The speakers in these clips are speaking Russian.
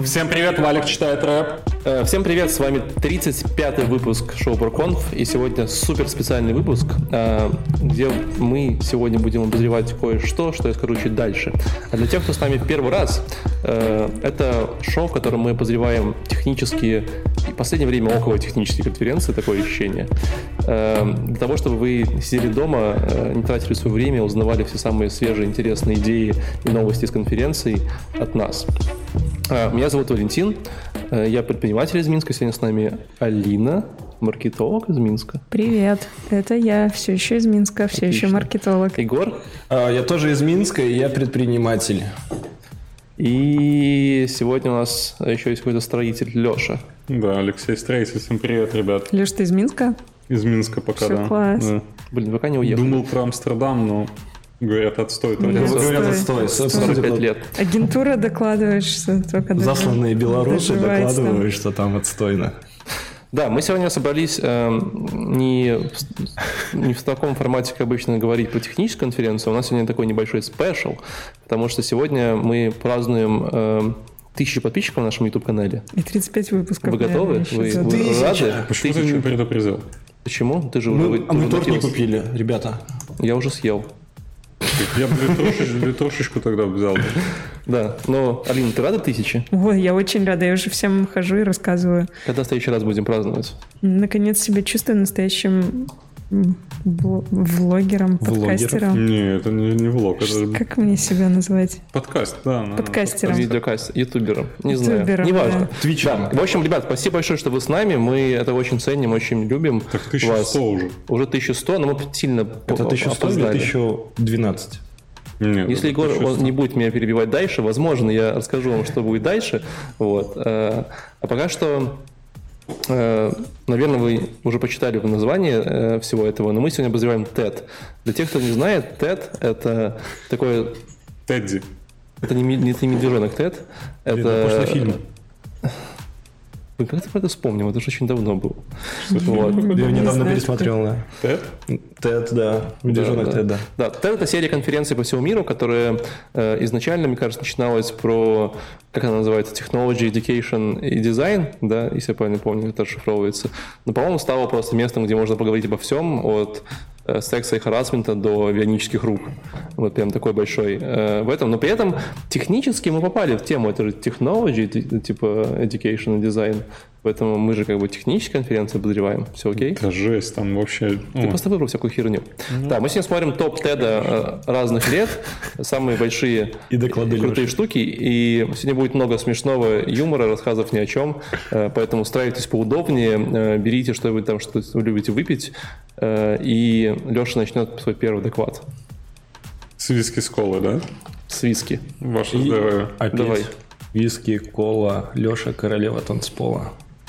Всем привет, Валик читает рэп. Всем привет, с вами 35-й выпуск шоу ProConf, и сегодня супер специальный выпуск, где мы сегодня будем обозревать кое-что, что я скажу чуть дальше. А для тех, кто с нами в первый раз, это шоу, в котором мы обозреваем технические, и в последнее время около технические конференции, такое ощущение, для того, чтобы вы сидели дома, не тратили свое время, узнавали все самые свежие, интересные идеи и новости из конференций от нас. Меня зовут Валентин, я предприниматель из Минска, сегодня с нами Алина, маркетолог из Минска. Привет, это я, все еще из Минска, все еще маркетолог. Егор. Я тоже из Минска, и я предприниматель. И сегодня у нас еще есть какой-то строитель Леша. Да, Алексей Строитель, всем привет, ребят. Леш, ты из Минска? Из Минска пока, все, да. Класс. Да. Блин, пока не уехали. Думал про Амстердам, но говорят, отстой. Говорят, отстой. 45 лет. Агентура докладывает, что только... Засланные белорусы докладывают, что там отстойно. Да, мы сегодня собрались не в таком формате, как обычно говорить про техническую конференцию. У нас сегодня такой небольшой спешл, потому что сегодня мы празднуем 1000 подписчиков на нашем YouTube-канале. И 35 выпусков. Вы готовы? Вы рады? Почему ты не предупредил? Почему? Ты же мы уже торт не купили, ребята. Я уже съел. Я бы литрошечку тогда взял. Да, но, Алина, ты рада 1000? Ой, я очень рада, я уже всем хожу и рассказываю. Когда в следующий раз будем праздновать? Наконец себя чувствую настоящим влогером, подкастером. Не, это не влог. Это... Как мне себя назвать? Подкаст, да. Подкастером. Видеокаст, ютубером. Не знаю, Ютубером, неважно. Твичером. Да. В общем, ребят, спасибо большое, что вы с нами. Мы это очень ценим, очень любим. Так 1100 уже. Уже 1100, но мы сильно Это 1100 или 1012? Нет, если Егор он не будет меня перебивать дальше, возможно, я расскажу вам, что будет дальше. Вот. А пока что, наверное, вы уже почитали название всего этого, но мы сегодня обозреваем TED. Для тех, кто не знает, TED — это такое... Тедди. Это не медвежонок TED. Это пошлый фильм. Как ты про это вспомнил? Это же очень давно было. Вот. Я недавно пересмотрел, да. Тед? TED, да. Медвежонок TED, да. Да, TED — это серия конференций по всему миру, которая изначально, мне кажется, начиналась про, как она называется, Technology, Education и Design, да, если я правильно помню, это расшифровывается. Но, по-моему, стало просто местом, где можно поговорить обо всем, от секса и харассмента до бионических рук. Вот прям такой большой в этом. Но при этом технически мы попали в тему. Это же technology, типа education и design. Поэтому мы же как бы технические конференции обозреваем. Все окей? Это жесть, там вообще... Ты просто выбрал всякую херню. Да, мы сегодня смотрим топ TED разных лет, самые большие и доклады крутые штуки. И сегодня будет много смешного юмора, рассказов ни о чем. Поэтому устраивайтесь поудобнее, берите что-нибудь там, что вы любите выпить. И Леша начнет свой первый доклад. С виски с колы, да? С виски. Ваше здоровье. Опять Давай. Виски, кола, Леша, королева танцпола.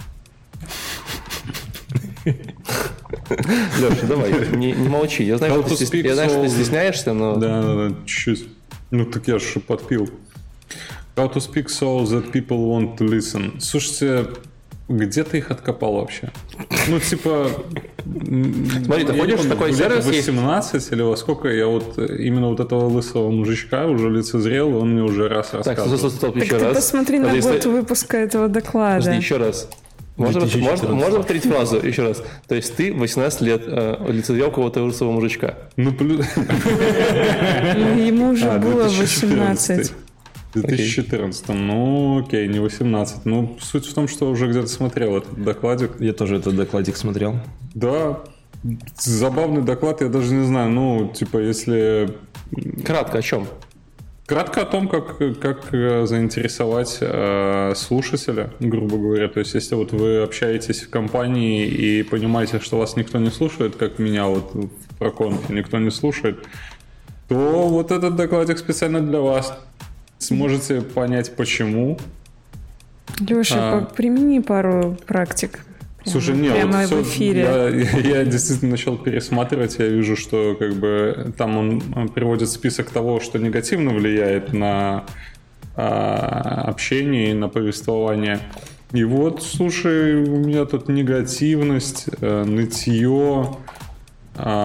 Леша, давай, не молчи. Я знаю, что ты стесняешься, но... Да, чуть-чуть. Ну так я же подпил. How to speak so that people want to listen. Слушайте, где ты их откопал вообще? Ну, типа... Смотри, ты ходишь в такой сервис... 18 или во сколько я вот именно вот этого лысого мужичка уже лицезрел, и он мне уже раз рассказывал. Так, еще раз. Посмотри на год выпуска этого доклада. Подожди, еще раз. Можно повторить фразу еще раз? То есть ты 18 лет лицезрел кого-то лысого мужичка? Ну, плюс... Ему уже было 18. В 2014. Ну, окей, не 18. Ну, суть в том, что уже где-то смотрел этот докладик. Я тоже этот докладик смотрел. Да, забавный доклад, я даже не знаю. Ну, типа, если... Кратко о чем? Кратко о том, как заинтересовать слушателя, грубо говоря. То есть, если вот вы общаетесь в компании и понимаете, что вас никто не слушает, как меня вот в ProConf никто не слушает, то вот этот докладик специально для вас. Сможете понять, почему. Леша, примени пару практик. Слушай, нет, прямо вот в эфире. Я действительно начал пересматривать, я вижу, что как бы там он приводит список того, что негативно влияет на общение и на повествование. И вот, слушай, у меня тут негативность, нытье.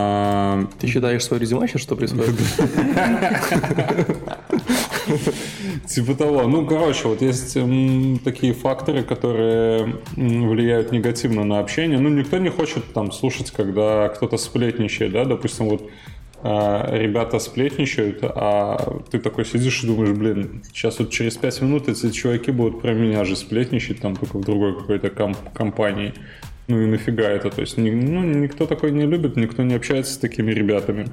Ты считаешь свое резюме сейчас, что происходит? Типа того. Ну, короче, вот есть такие факторы, которые влияют негативно на общение. Ну, никто не хочет там слушать, когда кто-то сплетничает, да, допустим, вот ребята сплетничают, а ты такой сидишь и думаешь, блин, сейчас вот через 5 минут эти чуваки будут про меня же сплетничать, там только в другой какой-то компании. Ну и нафига это? То есть никто такой не любит, никто не общается с такими ребятами.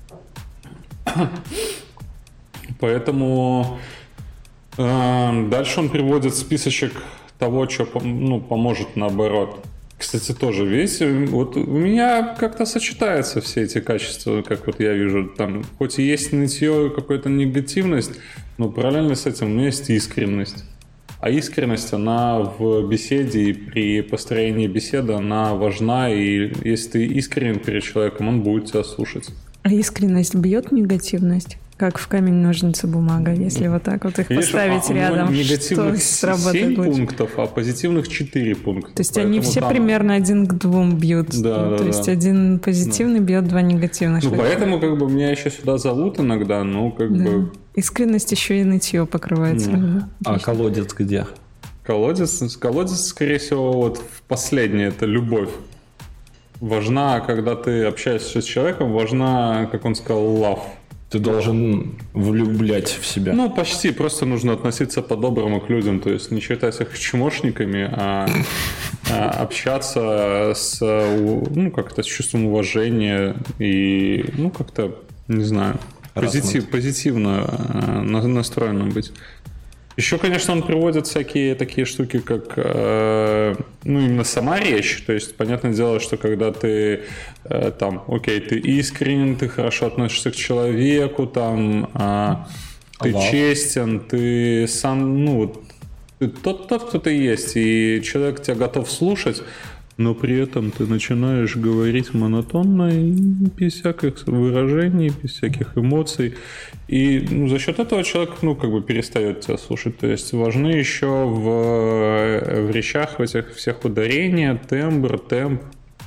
Поэтому дальше он приводит списочек того, что поможет наоборот. Кстати, тоже, видите, вот у меня как-то сочетаются все эти качества, как вот я вижу, там, хоть и есть нытье, какая-то негативность, но параллельно с этим у меня есть искренность. А искренность, она в беседе и при построении беседы, она важна, и если ты искренен перед человеком, он будет тебя слушать. А искренность бьет негативность? Как в камень, ножницы, бумага, если вот так вот их поставить рядом, что сработает 7 лучше? пунктов, а позитивных 4 пункта. То есть они все примерно 1 к 2 бьют. Да, то есть один позитивный бьет 2 негативных. Ну, поэтому как бы меня еще сюда зовут иногда, ну как бы... Искренность еще и нытье покрывается. А колодец где? Колодец, скорее всего, вот в последнее, это любовь. Важна, когда ты общаешься с человеком, важна, как он сказал, love. Ты должен влюблять в себя. Ну, почти. Просто нужно относиться по-доброму к людям. То есть не считать их чмошниками, а общаться с чувством уважения и, как-то, не знаю, позитивно настроенным быть. Еще, конечно, он приводит всякие такие штуки, как именно сама речь. То есть, понятное дело, что когда ты ты искренен, ты хорошо относишься к человеку, ты честен, ты сам, ты тот, кто ты есть, и человек тебя готов слушать, но при этом ты начинаешь говорить монотонно и без всяких выражений, без всяких эмоций. И за счет этого человек, перестает тебя слушать. То есть важны еще в речах, в этих всех ударения, тембр, темп.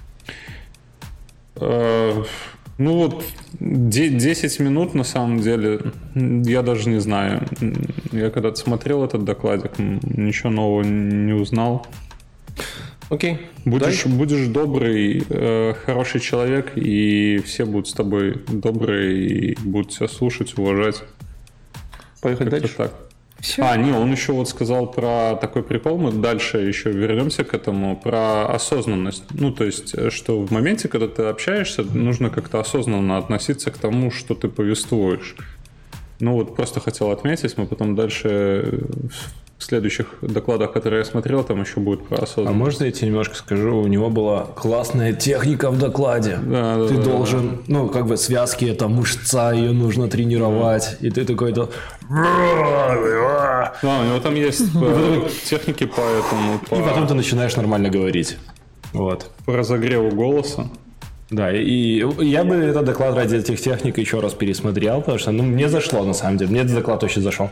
10 минут на самом деле, я даже не знаю. Я когда-то смотрел этот докладик, ничего нового не узнал. Окей. Будешь добрый, хороший человек, и все будут с тобой добрые и будут тебя слушать, уважать. Поехали дальше. Так. Все. Он еще вот сказал про такой прикол, мы дальше еще вернемся к этому, про осознанность. То есть, что в моменте, когда ты общаешься, нужно как-то осознанно относиться к тому, что ты повествуешь. Просто хотел отметить, мы потом дальше... В следующих докладах, которые я смотрел, там еще будет про осознанность. А можно я тебе немножко скажу? У него была классная техника в докладе. Ты должен, связки, это мышца, ее нужно тренировать. И ты такой-то... У него там есть техники по этому. И потом ты начинаешь нормально говорить. Вот. По разогреву голоса. Да, и я бы этот доклад ради этих техник еще раз пересмотрел, потому что мне зашло, на самом деле. Мне этот доклад очень зашел.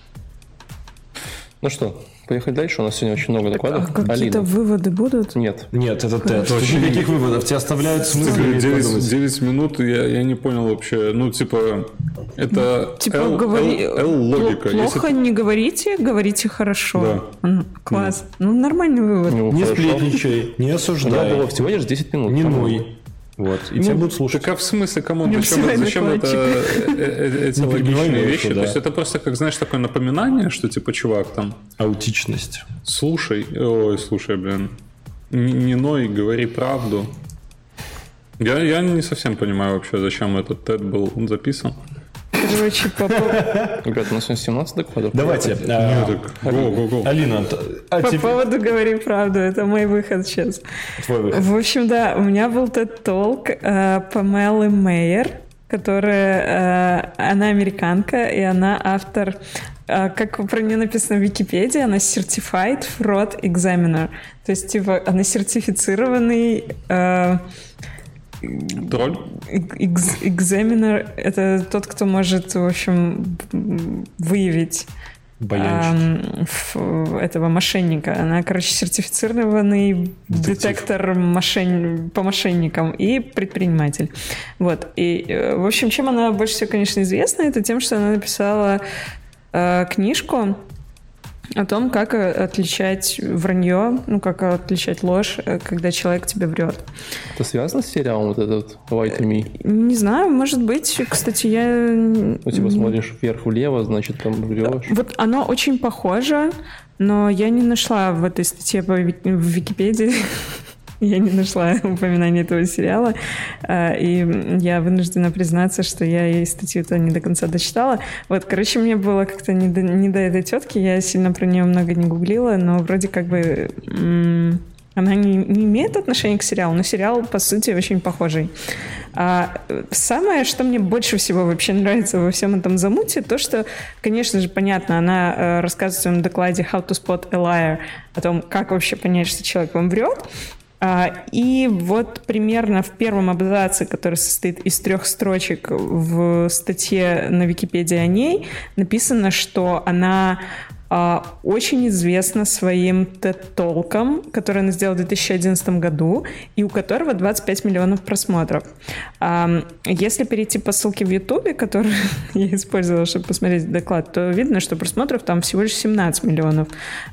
Ну что, поехали дальше. У нас сегодня очень много докладов. А какие-то выводы будут? Нет. Нет, это тест. Никаких выводов. Тебя оставляют с мыслями. 9 минут, я не понял вообще. Это L-логика. Плохо не говорите, говорите хорошо. Да. Класс. Нормальный вывод. Не сплетничай, не осуждай. У меня было всего лишь 10 минут. Не ной. Вот. И тебя будут слушать. Так а в смысле, кому? Зачем эти логичные вещи? То есть это просто, как, знаешь, такое напоминание, что типа, чувак, там... Аутичность. Слушай, блин. Не ной, говори правду. Я не совсем понимаю вообще, зачем этот TED был записан. Короче, Ребята, у нас сегодня 17 докладов. Давайте. Go. Алина, по поводу «Говори правду», это мой выход сейчас. Твой выход. В общем, да, у меня был TED-толк Памелы Мейер, которая, она американка, и она автор, как про нее написано в Википедии, она Certified Fraud Examiner. То есть, типа, она сертифицированный... Тролль? Экзаменер — это тот, кто может, в общем, выявить этого мошенника. Она, сертифицированный детектор по мошенникам и предприниматель. Вот. И, в общем, чем она больше всего, конечно, известна, это тем, что она написала книжку о том, как отличать вранье, как отличать ложь, когда человек тебе врет. Это связано с сериалом вот этот Lie to Me? Не знаю, может быть. Кстати, я... Смотришь вверх-влево, значит, там врешь. Вот оно очень похоже, но я не нашла в этой статье в Википедии... Я не нашла упоминания этого сериала, и я вынуждена признаться, что я и статью-то не до конца дочитала. Мне было как-то не до этой тетки, я сильно про нее много не гуглила, но вроде как бы она не имеет отношения к сериалу, но сериал, по сути, очень похожий. Самое, что мне больше всего вообще нравится во всем этом замуте, то, что, конечно же, понятно, она рассказывает в своем докладе «How to spot a liar», о том, как вообще понять, что человек вам врет. И вот примерно в первом абзаце, который состоит из 3 строчек в статье на Википедии о ней, написано, что она очень известна своим TED-толком, который она сделала в 2011 году, и у которого 25 миллионов просмотров. Если перейти по ссылке в Ютубе, которую я использовала, чтобы посмотреть доклад, то видно, что просмотров там всего лишь 17 миллионов.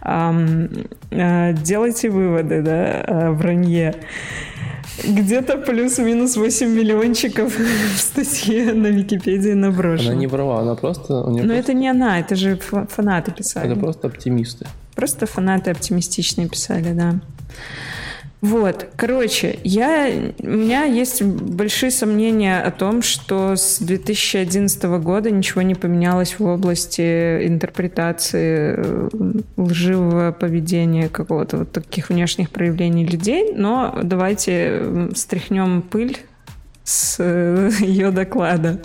Делайте выводы, да, вранье. Где-то плюс-минус 8 миллиончиков в статье на Википедии наброшено. Она не права, она просто... Но это не она, это же фанаты писали. Это просто оптимисты. Просто фанаты оптимистичные писали, да. Вот, короче, у меня есть большие сомнения о том, что с 2011 года ничего не поменялось в области интерпретации лживого поведения какого-то вот таких внешних проявлений людей, но давайте стряхнем пыль с ее доклада.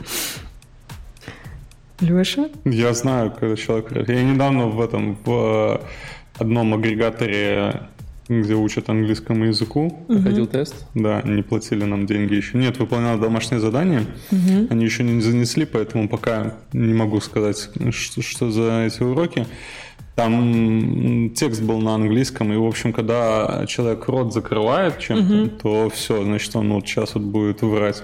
Леша? Я знаю, когда человек... Я недавно в одном агрегаторе, где учат английскому языку. Проходил тест? Да, не платили нам деньги еще. Нет, выполнял домашнее задание. Они еще не занесли, поэтому пока не могу сказать, что за эти уроки. Там текст был на английском, и, в общем, когда человек рот закрывает чем-то, то все, значит, он вот сейчас вот будет врать.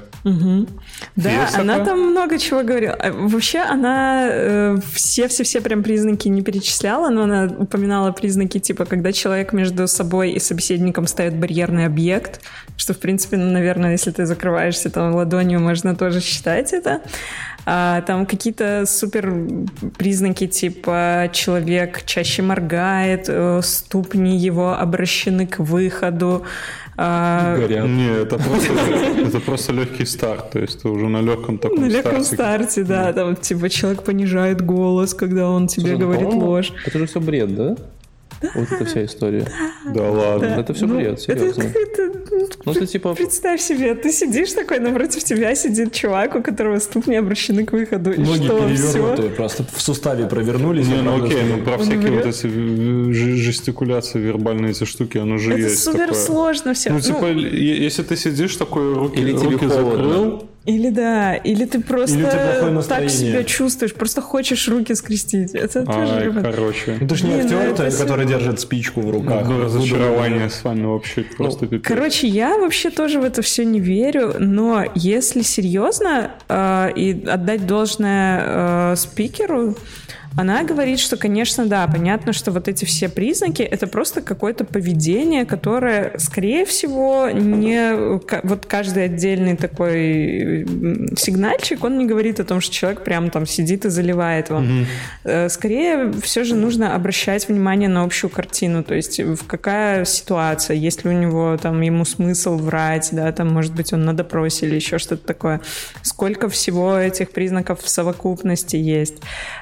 Да, есть она такое? Там много чего говорила. Вообще, она все прям признаки не перечисляла, но она упоминала признаки, типа, когда человек между собой и собеседником ставит барьерный объект, что, в принципе, наверное, если ты закрываешься там ладонью, можно тоже считать это. Там какие-то супер признаки, типа человек чаще моргает, ступни его обращены к выходу. Горят. Не, это просто легкий старт, то есть ты уже на легком таком старте. На легком старте, да, там типа человек понижает голос, когда он тебе говорит ложь. Это же все бред, да? Вот эта вся история. Да ладно. Это все бред, серьезно. Это типа... Представь себе, ты сидишь такой, напротив тебя сидит чувак, у которого ступни обращены к выходу. Ноги перевернутые, просто в суставе провернулись. Не, ну окей, про всякие вот эти жестикуляции, вербальные эти штуки, оно же есть. Это супер сложно все. Ну, типа, если ты сидишь такой, руки закрыл... Или ты просто так себя чувствуешь, просто хочешь руки скрестить. Это тоже... короче. Ну ты же не актер, который держит спичку в руках. Разочарование с вами вообще просто пипец. Короче, я вообще тоже в это все не верю, но если серьезно и отдать должное спикеру, она говорит, что, конечно, да, понятно, что вот эти все признаки — это просто какое-то поведение, которое, скорее всего, не... Вот каждый отдельный такой сигнальчик, он не говорит о том, что человек прям там сидит и заливает вам. Скорее, все же нужно обращать внимание на общую картину, то есть в какая ситуация, есть ли у него там ему смысл врать, да, там, может быть, он на допросе или еще что-то такое. Сколько всего этих признаков в совокупности есть.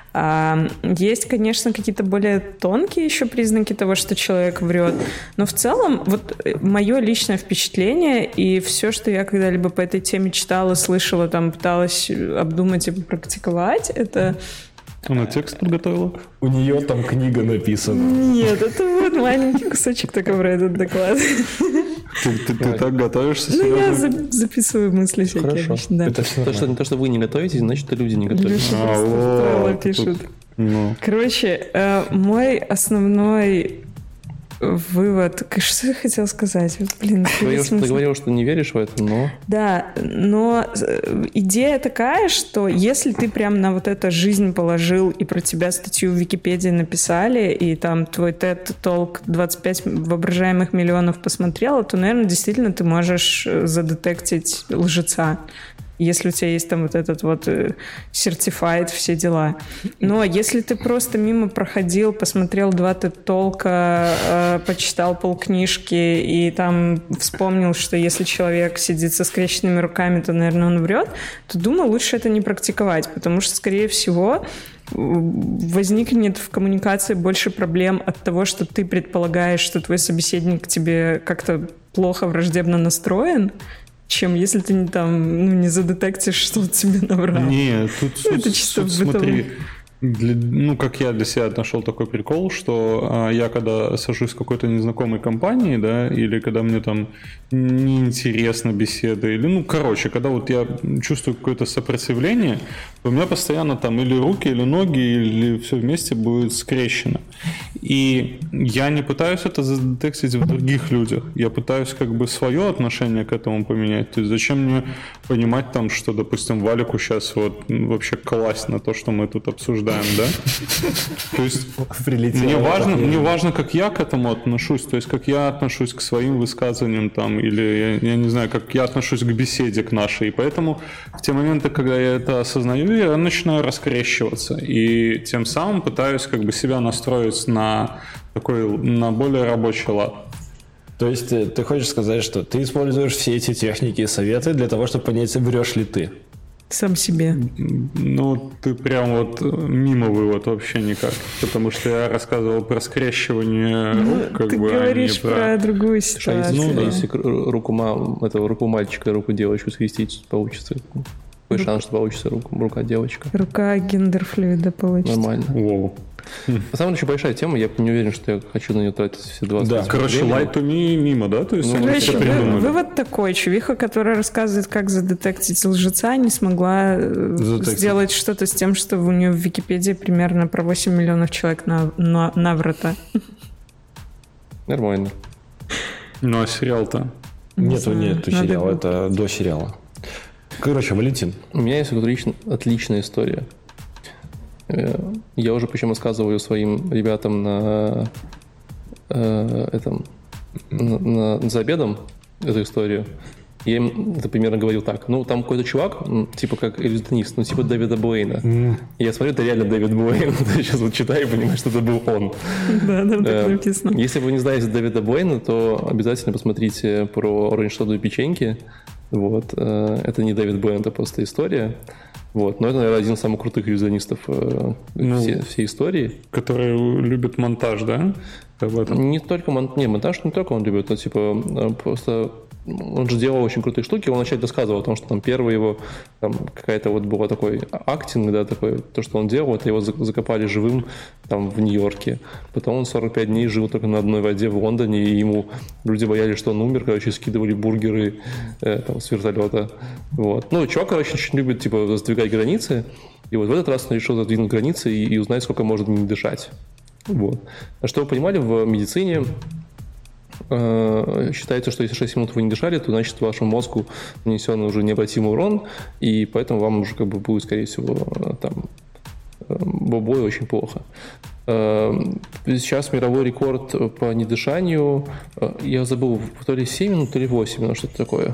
Есть, конечно, какие-то более тонкие еще признаки того, что человек врет, но в целом вот мое личное впечатление и все, что я когда-либо по этой теме читала, слышала, там пыталась обдумать и попрактиковать, это... Она текст подготовила? У нее там книга написана. Нет, это вот маленький кусочек только про этот доклад. Ты так готовишься? Ну, я записываю мысли всякие. Хорошо. Да. Это то, что вы не готовитесь, значит, люди не готовятся. Пишут. Короче, мой основной вывод. Что я хотела сказать? Блин, ты говорил, что не веришь в это, но... Да, но идея такая, что если ты прям на вот это жизнь положил и про тебя статью в Википедии написали, и там твой TED-толк 25 воображаемых миллионов посмотрело, то, наверное, действительно ты можешь задетектить лжеца. Если у тебя есть там вот этот вот certified, все дела. Но если ты просто мимо проходил, посмотрел 2 TED-толка, почитал полкнижки и там вспомнил, что если человек сидит со скрещенными руками, то, наверное, он врет, то, думаю, лучше это не практиковать, потому что, скорее всего, возникнет в коммуникации больше проблем от того, что ты предполагаешь, что твой собеседник к тебе как-то плохо, враждебно настроен, чем если ты не задетектишь, что он тебе наврал. Не, тут это чисто смотри, как я для себя нашел такой прикол, что я когда сажусь в какой-то незнакомой компании, да, или когда мне там неинтересна беседа, или, когда вот я чувствую какое-то сопротивление, то у меня постоянно там или руки, или ноги, или все вместе будет скрещено. И я не пытаюсь это задетектить в других людях. Я пытаюсь как бы свое отношение к этому поменять. То есть зачем мне понимать там, что, допустим, Валику сейчас вот вообще класть на то, что мы тут обсуждаем, да? То есть мне важно, как я к этому отношусь, то есть как я отношусь к своим высказываниям там, или я не знаю, как я отношусь к беседе к нашей. И поэтому в те моменты, когда я это осознаю, я начинаю раскрещиваться. И тем самым пытаюсь как бы себя настроить на более рабочий лад. То есть ты хочешь сказать, что ты используешь все эти техники и советы для того, чтобы понять, врешь ли ты? Сам себе. Ты прям вот мимо вывод вообще никак. Потому что я рассказывал про скрещивание рук, ты говоришь про другую ситуацию. Если руку мальчика и руку девочку скрестить, получится. Какой шанс, что получится рука девочка? Рука гендерфлюида получится. Нормально. Воу. На самом деле, очень большая тема, я не уверен, что я хочу на нее тратить все 20 минут. Короче, light to me мимо, да? То есть вывод такой. Чувиха, которая рассказывает, как задетектить лжеца, не смогла сделать что-то с тем, что у нее в Википедии примерно про 8 миллионов человек наврата. Нормально. Ну, а сериал-то? Нету сериала, это до сериала. Короче, Валентин. У меня есть отличная история. Я уже причем рассказываю своим ребятам за обедом эту историю. Я им это примерно говорил так. Там какой-то чувак, типа как иллюзионист, типа Дэвида Блейна. И я смотрю, это реально Дэвид Блейн. Я сейчас вот читаю и понимаю, что это был он. Да, там так написано. Если вы не знаете Дэвида Блейна, то обязательно посмотрите про оранж-соду и печеньки. Вот. Это не Дэвид Блейн, это просто история. Вот. Но это, наверное, один из самых крутых иллюзионистов всей истории. Который любит монтаж, да? Не только монтаж не только он любит, но типа просто он же делал очень крутые штуки. Он вначале рассказывал о том, что там первый его там какая-то вот была такой актинг, да, такой, то, что он делал, это его закопали живым там в Нью-Йорке. Потом он 45 дней жил только на одной воде в Лондоне, и ему люди боялись, что он умер, короче, скидывали бургеры там, с вертолета. Вот. Чувак, короче, очень любит типа сдвигать границы, и вот в этот раз он решил задвинуть границы и узнать, сколько может не дышать. Вот. А что вы понимали, в медицине считается, что если 6 минут вы не дышали, то значит вашему мозгу нанесен уже необратимый урон, и поэтому вам уже как бы будет, скорее всего, там бобой очень плохо. Сейчас мировой рекорд по недышанию, я забыл, то ли 7 минут, то ли 8 минут, что-то такое.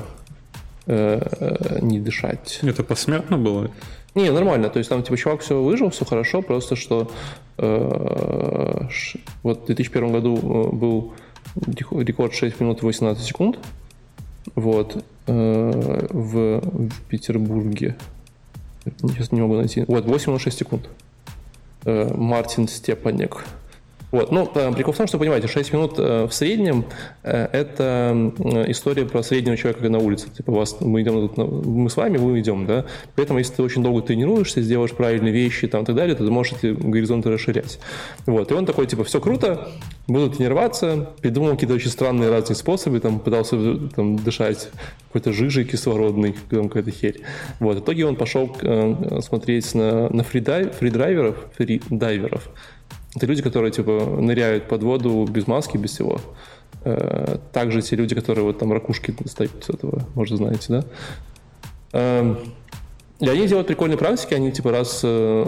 Не дышать. Это посмертно было? Не, нормально. То есть там типа чувак все выжил, все хорошо, просто что вот в 2001 году был рекорд 6 минут 18 секунд. Вот. В Петербурге. Сейчас не могу найти. Вот, 8 минут 6 секунд. Мартин Степанек. Вот. Прикол в том, что, понимаете, 6 минут в среднем это история про среднего человека на улице. Типа мы с вами, вы идем, да? Поэтому, если ты очень долго тренируешься, сделаешь правильные вещи там, и так далее, то ты можешь эти горизонты расширять. Вот. И он такой, типа, все круто, буду тренироваться, придумал какие-то очень странные разные способы, там, пытался там, дышать какой-то жижей кислородной, там, какая-то херь. Вот. В итоге он пошел смотреть на фридайверов, это люди, которые, типа, ныряют под воду без маски, без всего. Также те люди, которые вот там ракушки достают с этого, может, знаете, да? И они делают прикольные практики, они, типа, раз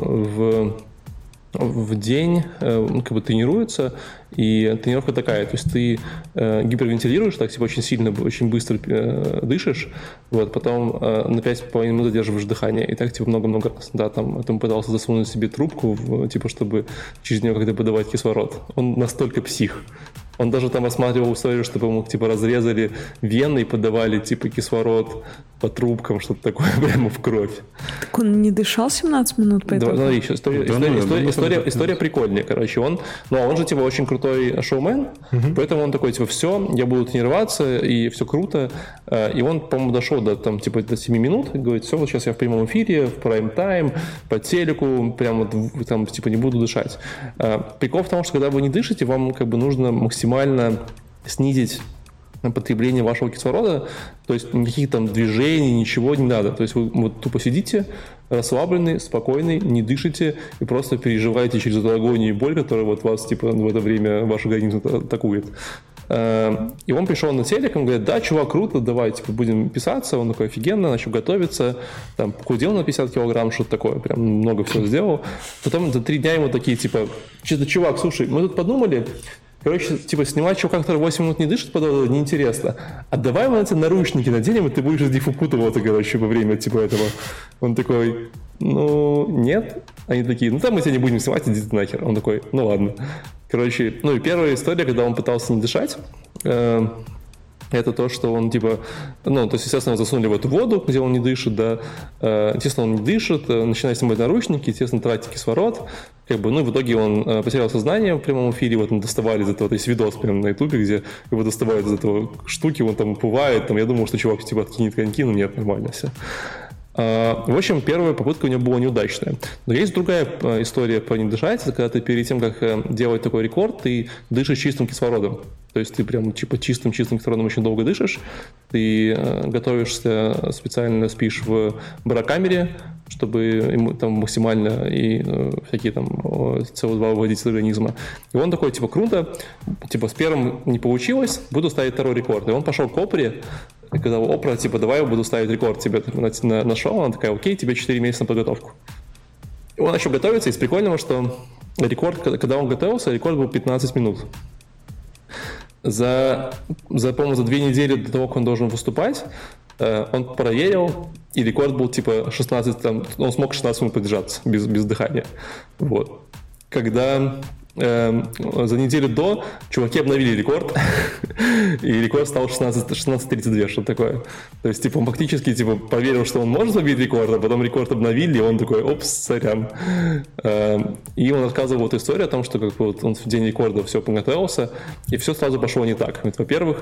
в день как бы тренируются, и тренировка такая, то есть ты гипервентилируешь, так типа очень сильно, очень быстро дышишь, вот, потом на 5,5 минут задерживаешь дыхание, и так типа много-много раз, да, там пытался засунуть себе трубку, типа, чтобы через нее как-то подавать кислород. Он настолько псих. Он даже там рассматривал историю, чтобы ему типа разрезали вены и подавали типа кислород по трубкам, что-то такое прямо в кровь. Так он не дышал 17 минут по этому? Да, еще история прикольная, короче. Он же типа очень крутой шоумен, поэтому он такой, типа, все, я буду тренироваться, и все круто. И он, по-моему, дошел до 7 минут, и говорит, все, вот сейчас я в прямом эфире, в прайм-тайм, по телеку, прямо там, типа, не буду дышать. Прикол в том, что когда вы не дышите, вам как бы нужно максимально снизить потребление вашего кислорода, то есть никаких там движений, ничего не надо. То есть вы вот тупо сидите, расслабленный, спокойный, не дышите и просто переживаете через эту агонию и боль, которая вот вас типа в это время ваш организм атакует. И он пришел на телек, он говорит, да, чувак, круто, давай, типа, будем писаться. Он такой, офигенно, начал готовиться, там, похудел на 50 килограмм, что-то такое, прям много всего сделал. Потом за 3 дня ему такие, типа, что-то, чувак, слушай, мы тут подумали, короче, типа, снимать чувака, который 8 минут не дышит, неинтересно. А давай мы эти наручники наденем, и ты будешь из них упутываться, короче, во время, типа, этого. Он такой, ну, нет. Они такие, ну, там мы тебя не будем снимать, иди ты нахер. Он такой, ну, ладно. Короче, ну, и первая история, когда он пытался не дышать, это то, что он, типа, ну, то есть, естественно, его засунули в эту воду, где он не дышит, да, естественно, он не дышит, начинает снимать наручники, естественно, тратить кислород, как бы, ну, и в итоге он потерял сознание в прямом эфире, вот он доставали из этого, то есть видос прямо на ютубе, где его доставают из этого штуки, он там уплывает, там, я думал, что чувак, типа, откинет коньки, но нет, нормально все. В общем, первая попытка у него была неудачная. Но есть другая история про не дышать, это когда ты перед тем, как делать такой рекорд, ты дышишь чистым кислородом. То есть ты прям типа чистым кислородом очень долго дышишь, ты готовишься, специально спишь в барокамере, чтобы там максимально и всякие там СО2 выводить из организма. И он такой, типа, круто, типа, с первым не получилось, буду ставить второй рекорд. И он пошел к Опре, и когда Опра, типа, давай я буду ставить рекорд тебе на шоу, она такая, окей, тебе 4 месяца на подготовку. И он начал готовиться, и с прикольного, что рекорд, когда он готовился, рекорд был 15 минут. По-моему, за 2 недели до того, как он должен выступать, он проверил, и рекорд был типа 16, там, он смог 16 минут продержаться без дыхания. Вот. Когда за неделю до чуваки обновили рекорд, и рекорд стал 16:32, что такое. То есть, типа, он фактически, типа, поверил, что он может забить рекорд, а потом рекорд обновили, и он такой, опс, сорян. И он рассказывал вот историю о том, что как бы, вот, он в день рекорда все подготовился, и все сразу пошло не так. Ведь, во-первых,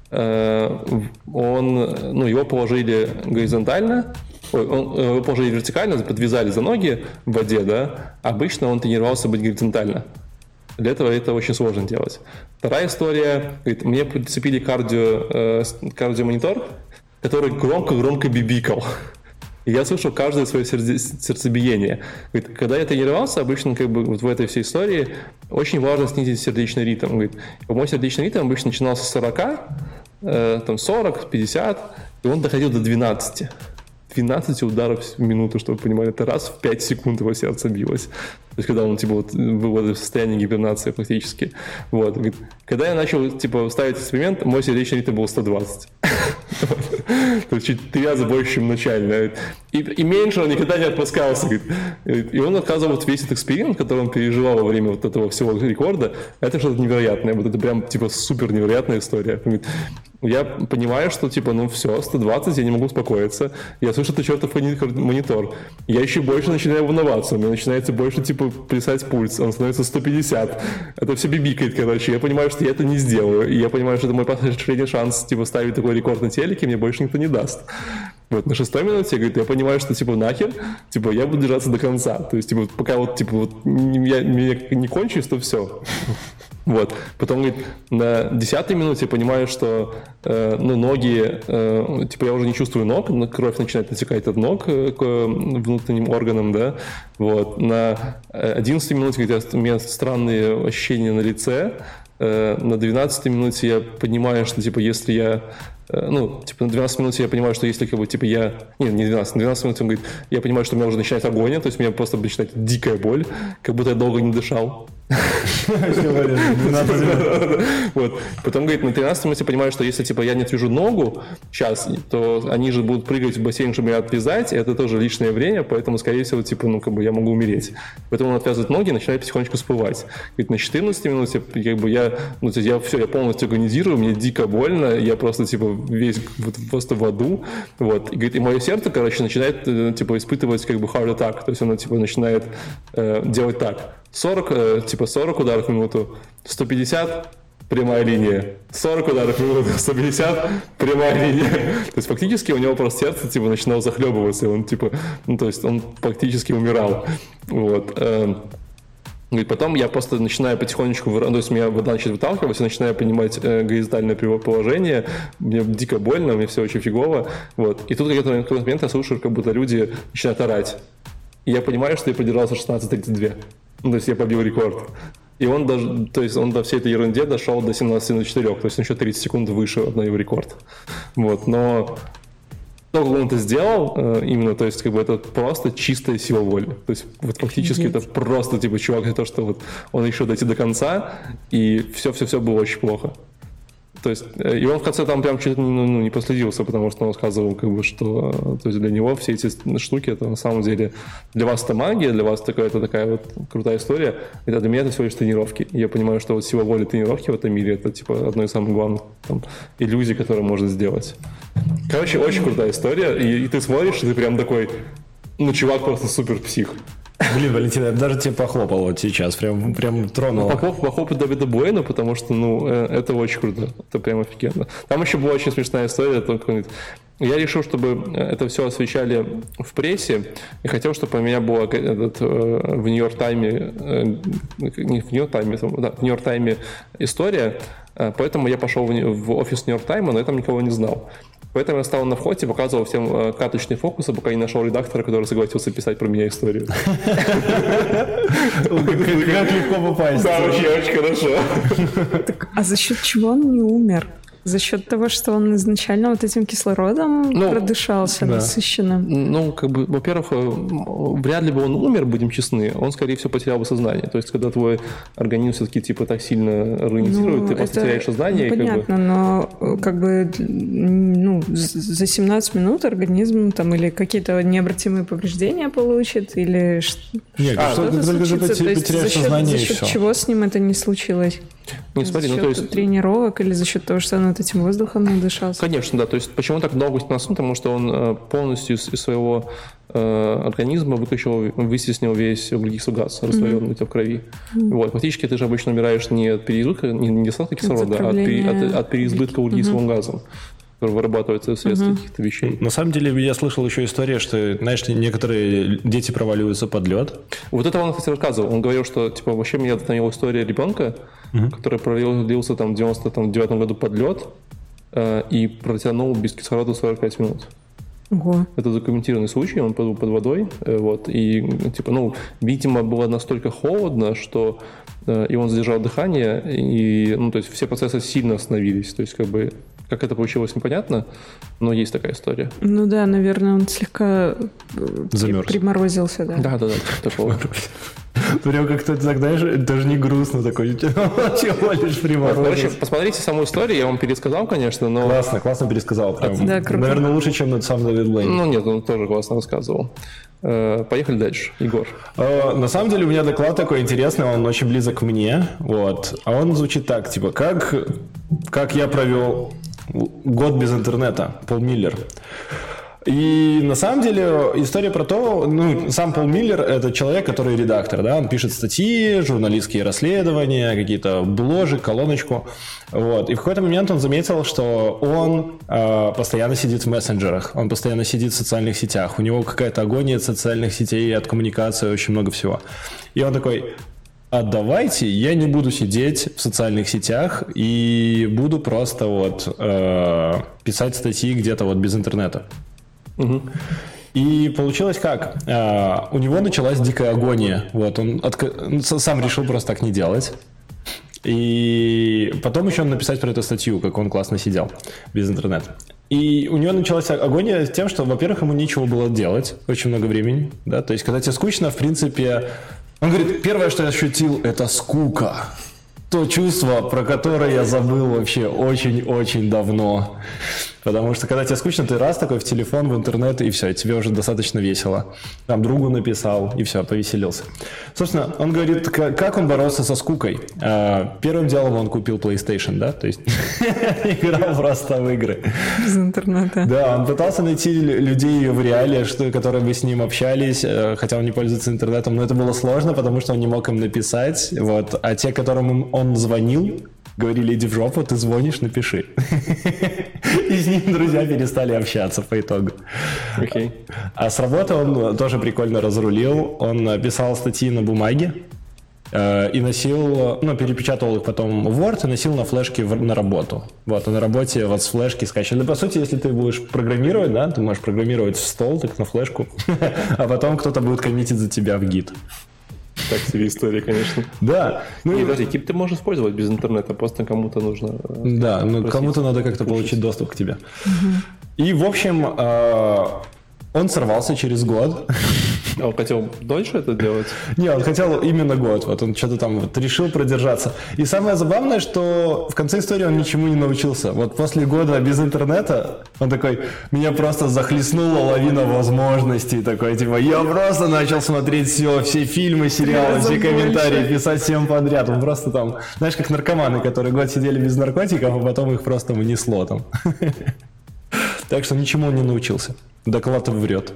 его положили горизонтально, его положили вертикально, подвязали за ноги в воде, да, обычно он тренировался быть горизонтально. Для этого это очень сложно делать. Вторая история, говорит, мне прицепили кардиомонитор, который громко бибикал. И я слышал каждое свое сердцебиение. Говорит, когда я тренировался, обычно как бы вот в этой всей истории очень важно снизить сердечный ритм. Говорит, мой сердечный ритм обычно начинался с 40, там 40, 50, и он доходил до 12. 12 ударов в минуту, чтобы вы понимали, это раз в 5 секунд его сердце билось. То есть, когда он, типа, вот, был в состоянии гибернации практически. Вот. Говорит, когда я начал, типа, ставить эксперимент, мой сердечный ритм был 120. То есть, чуть 3 раза больше, чем начально. И меньше он никогда не отпускался. И он рассказывал вот весь этот эксперимент, который он переживал во время вот этого всего рекорда. Это что-то невероятное. Вот это прям, типа, супер невероятная история. Я понимаю, что, типа, ну все, 120, я не могу успокоиться. Я слышу, это чертов монитор. Я еще больше начинаю волноваться. У меня начинается больше, типа, плясать пульс. Он становится 150. Это все бибикает, короче. Я понимаю, что я это не сделаю. И я понимаю, что это мой последний шанс, типа, ставить такой рекорд на телеке, мне больше никто не даст. Вот на 6-й минуте, говорит, я понимаю, что, типа, нахер, типа, я буду держаться до конца. То есть, типа, пока вот, типа, вот меня не кончусь, то все. Вот. Потом, говорит, на 10-й минуте я понимаю, что ноги, типа я уже не чувствую ног, но кровь начинает натекать от ног к внутренним органам, да. Вот. На 11-й минуте, говорит, у меня странные ощущения на лице. На 12-й минуте я понимаю, что, типа, если я... на 12 минуте я понимаю, что если, как бы, типа, я... Нет, не 12, на 12 минут он говорит, я понимаю, что у меня уже начинает агония, то есть у меня просто начинает дикая боль, как будто я долго не дышал. Вот. Потом, говорит, на 13 минуте я понимаю, что если, типа, я не отвяжу ногу сейчас, то они же будут прыгать в бассейн, чтобы меня отвязать, и это тоже лишнее время, поэтому, скорее всего, типа, я могу умереть. Поэтому он отвязывает ноги и начинает потихонечку всплывать. Говорит, на 14 минуте, как бы, я полностью агонизирую, мне дико больно, я просто, типа, весь просто в аду, вот. И, говорит, и мое сердце, короче, начинает, типа, испытывать, как бы, heart attack, то есть оно, типа, начинает делать так. 40 ударов в минуту, 150 прямая линия, 40 ударов в минуту, 150 прямая линия. То есть фактически у него просто сердце, типа, начинало захлебываться, и он, типа, то есть он практически умирал. Вот. Говорит, потом я просто начинаю потихонечку, то есть меня вода начинает выталкивать, я начинаю понимать горизонтальное положение, мне дико больно, мне все очень фигово. Вот. И тут в какой-то момент я слушаю, как будто люди начинают орать. И я понимаю, что я продержался 16:32. То есть я побил рекорд. И он даже, то есть он до всей этой ерунде дошел до 17:04, то есть он еще 30 секунд выше от моего рекорда. Вот, но то, как он это сделал, именно, то есть, как бы, это просто чистая сила воли. То есть, вот фактически это просто, типа, чувак, за то, что вот он решил дойти до конца, и все было очень плохо. То есть, и он в конце там прям чуть не последился, потому что он рассказывал, как бы, что, то есть, для него все эти штуки, это на самом деле, для вас это магия, для вас это такая вот крутая история, и для меня это всего лишь тренировки. И я понимаю, что вот сила воли тренировки в этом мире, это, типа, одно из самых главных там иллюзий, которые можно сделать. Короче, очень крутая история, и ты смотришь, и ты прям такой, чувак просто супер псих. Блин, Валентин, я даже тебе похлопал вот сейчас, прям тронул. Похлопать Давида Буэна, потому что, это очень круто, это прям офигенно. Там еще была очень смешная история, только я решил, чтобы это все освещали в прессе, и хотел, чтобы у меня было в Нью-Йорк Тайме, не в Нью-Йорк Тайме, да, в Нью-Йорк Тайме история, поэтому я пошел в офис Нью-Йорк Тайма, но я там никого не знал. Поэтому я стал на входе и показывал всем карточные фокусы, пока не нашел редактора, который согласился писать про меня историю. Как легко попасть. Да, очень хорошо. А за счет чего он не умер? За счет того, что он изначально вот этим кислородом продышался насыщенным? Как бы, во-первых, вряд ли бы он умер, будем честны, он, скорее всего, потерял бы сознание. То есть, когда твой организм все-таки, типа, так сильно организирует, ты просто теряешь сознание. Понятно, но как бы, за 17 минут организм там или какие-то необратимые повреждения получит, или что-то случится. То есть, за счет чего с ним это не случилось? Не, смотри, за счет тренировок или за счет того, что он этим воздухом надышался? Конечно, да. То есть почему так долго сносил? Потому что он полностью из своего организма вытеснил весь углекислый газ, растворенный в крови. Вот. Фактически ты же обычно умираешь не от переизбытка, не недостатка кислорода, а от переизбытка углекислым газом, который вырабатывается вследствие каких-то вещей. На самом деле, я слышал еще историю, что, знаешь, некоторые дети проваливаются под лед. Вот это он, кстати, рассказывал. Он говорил, что, типа, вообще меня вдохновила история ребенка, который провалился там в 99 году под лед и протянул без кислорода 45 минут. Ого. Это документированный случай, он был под водой, вот, и, типа, видимо, было настолько холодно, что и он задержал дыхание, и, то есть все процессы сильно остановились, то есть, как бы, как это получилось, непонятно, но есть такая история. Ну да, наверное, он слегка замерз. Приморозился, да. Да, такого. Прям как-то так, знаешь, даже не грустно такой, чего лишь приморозился. Короче, посмотрите саму историю, я вам пересказал, конечно, но... Классно пересказал. Прям. Да, круто. Наверное, лучше, чем сам Давид Блейн. Нет, он тоже классно рассказывал. Поехали дальше, Егор. На самом деле у меня доклад такой интересный, он очень близок к мне, вот. А он звучит так, типа, как я провел год без интернета, Пол Миллер. И на самом деле история про то, сам Пол Миллер — это человек, который редактор, да, он пишет статьи, журналистские расследования, какие-то бложи, колоночку, вот. И в какой-то момент он заметил, что он постоянно сидит в мессенджерах, он постоянно сидит в социальных сетях, у него какая-то агония от социальных сетей, от коммуникации, очень много всего. И он такой: а давайте я не буду сидеть в социальных сетях и буду просто писать статьи где-то без интернета. Угу. И получилось как? У него началась дикая агония. Он сам решил просто так не делать. И потом еще написать про эту статью, как он классно сидел без интернета. И у него началась агония с тем, что, во-первых, ему нечего было делать очень много времени. Да? То есть, когда тебе скучно, в принципе... Он говорит, первое, что я ощутил, это скука. То чувство, про которое я забыл вообще очень-очень давно. Потому что, когда тебе скучно, ты раз такой в телефон, в интернет, и все, и тебе уже достаточно весело. Там другу написал, и все, повеселился. Собственно, он говорит, как он боролся со скукой. Первым делом он купил PlayStation, да, то есть играл просто в игры. Без интернета. Да, он пытался найти людей в реале, которые бы с ним общались, хотя он не пользуется интернетом, но это было сложно, потому что он не мог им написать, а те, которым он звонил, говорили, иди в жопу, ты звонишь, напиши. И с ним друзья перестали общаться по итогу. Okay. А с работы он тоже прикольно разрулил. Он писал статьи на бумаге и носил, перепечатывал их потом в Word и носил на флешке на работу. И на работе с флешки скачивали. По сути, если ты будешь программировать, да, ты можешь программировать в стол, так на флешку, а потом кто-то будет коммитить за тебя в гид. Так себе история, конечно. Да. Подожди, гид ты можешь использовать без интернета, просто кому-то нужно... Да, кому-то надо как-то получить доступ к тебе. И, в общем, он сорвался через год. А он хотел дольше это делать? Не, он хотел именно год. Он что-то там решил продержаться. И самое забавное, что в конце истории он ничему не научился. После года без интернета он такой, меня просто захлестнула лавина возможностей. Такой, я просто начал смотреть все фильмы, сериалы, все комментарии, писать всем подряд. Он просто там, знаешь, как наркоманы, которые год сидели без наркотиков, а потом их просто унесло там. Так что ничему он не научился. Доклад врет.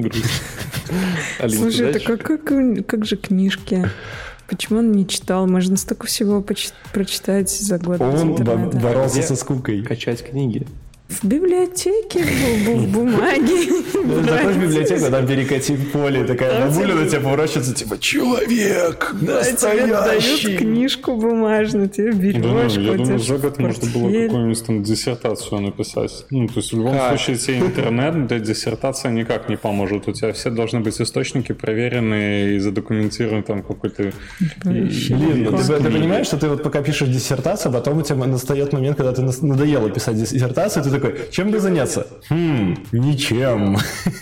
Слушай, это как же книжки? Почему он не читал? Можно столько всего прочитать за год. Он боролся со скукой. Качать книги. В библиотеке, в бумаге. Заходишь в библиотеку, там перекати поле, такая бабуля на тебя поворачивается, человек настоящий. Тебе дают книжку бумажную, тебе берешь. Я думаю, за год можно было какую-нибудь там диссертацию написать. То есть в любом случае тебе интернет для диссертации никак не поможет. У тебя все должны быть источники проверенные и задокументированы там какой-то... Блин, ты понимаешь, что ты пока пишешь диссертацию, потом у тебя настает момент, когда ты надоело писать диссертацию, ты такой, чем бы заняться? Ничем.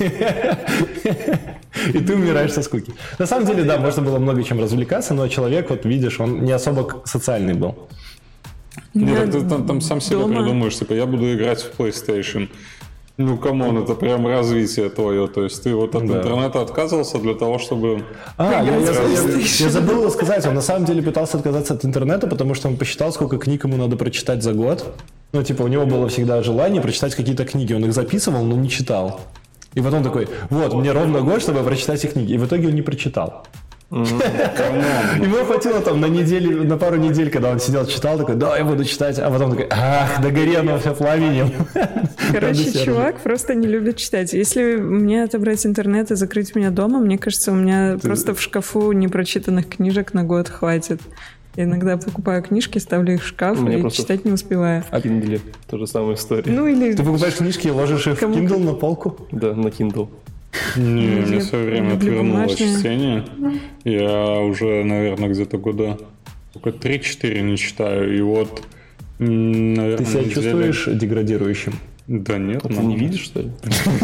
И ты умираешь со скуки. На самом деле, да, можно было много чем развлекаться, но человек, видишь, он не особо социальный был. Нет, ты там сам себе придумаешь, я буду играть в PlayStation. Камон, это прям развитие твое. То есть ты от интернета отказывался для того, чтобы... Я забыл сказать, он на самом деле пытался отказаться от интернета, потому что он посчитал, сколько книг ему надо прочитать за год. У него было всегда желание прочитать какие-то книги. Он их записывал, но не читал. И потом такой, мне ровно год, чтобы прочитать эти книги. И в итоге он не прочитал. Ему хватило на пару недель, когда он сидел, читал, такой, да, я буду читать, а потом такой, догори оно все пламенем. Короче, чувак просто не любит читать. Если мне отобрать интернет и закрыть меня дома, мне кажется, у меня просто в шкафу непрочитанных книжек на год хватит. Я иногда покупаю книжки, ставлю их в шкаф и читать не успеваю. А Kindle, то же самая история. Ты покупаешь книжки и ложишь их в Kindle на полку? Да, на Kindle. Не, я в свое время отвернул от чтения. Я уже, наверное, где-то года только 3-4 не читаю. И наверное, ты себя чувствуешь деградирующим? Да нет. Ты не видишь, что ли?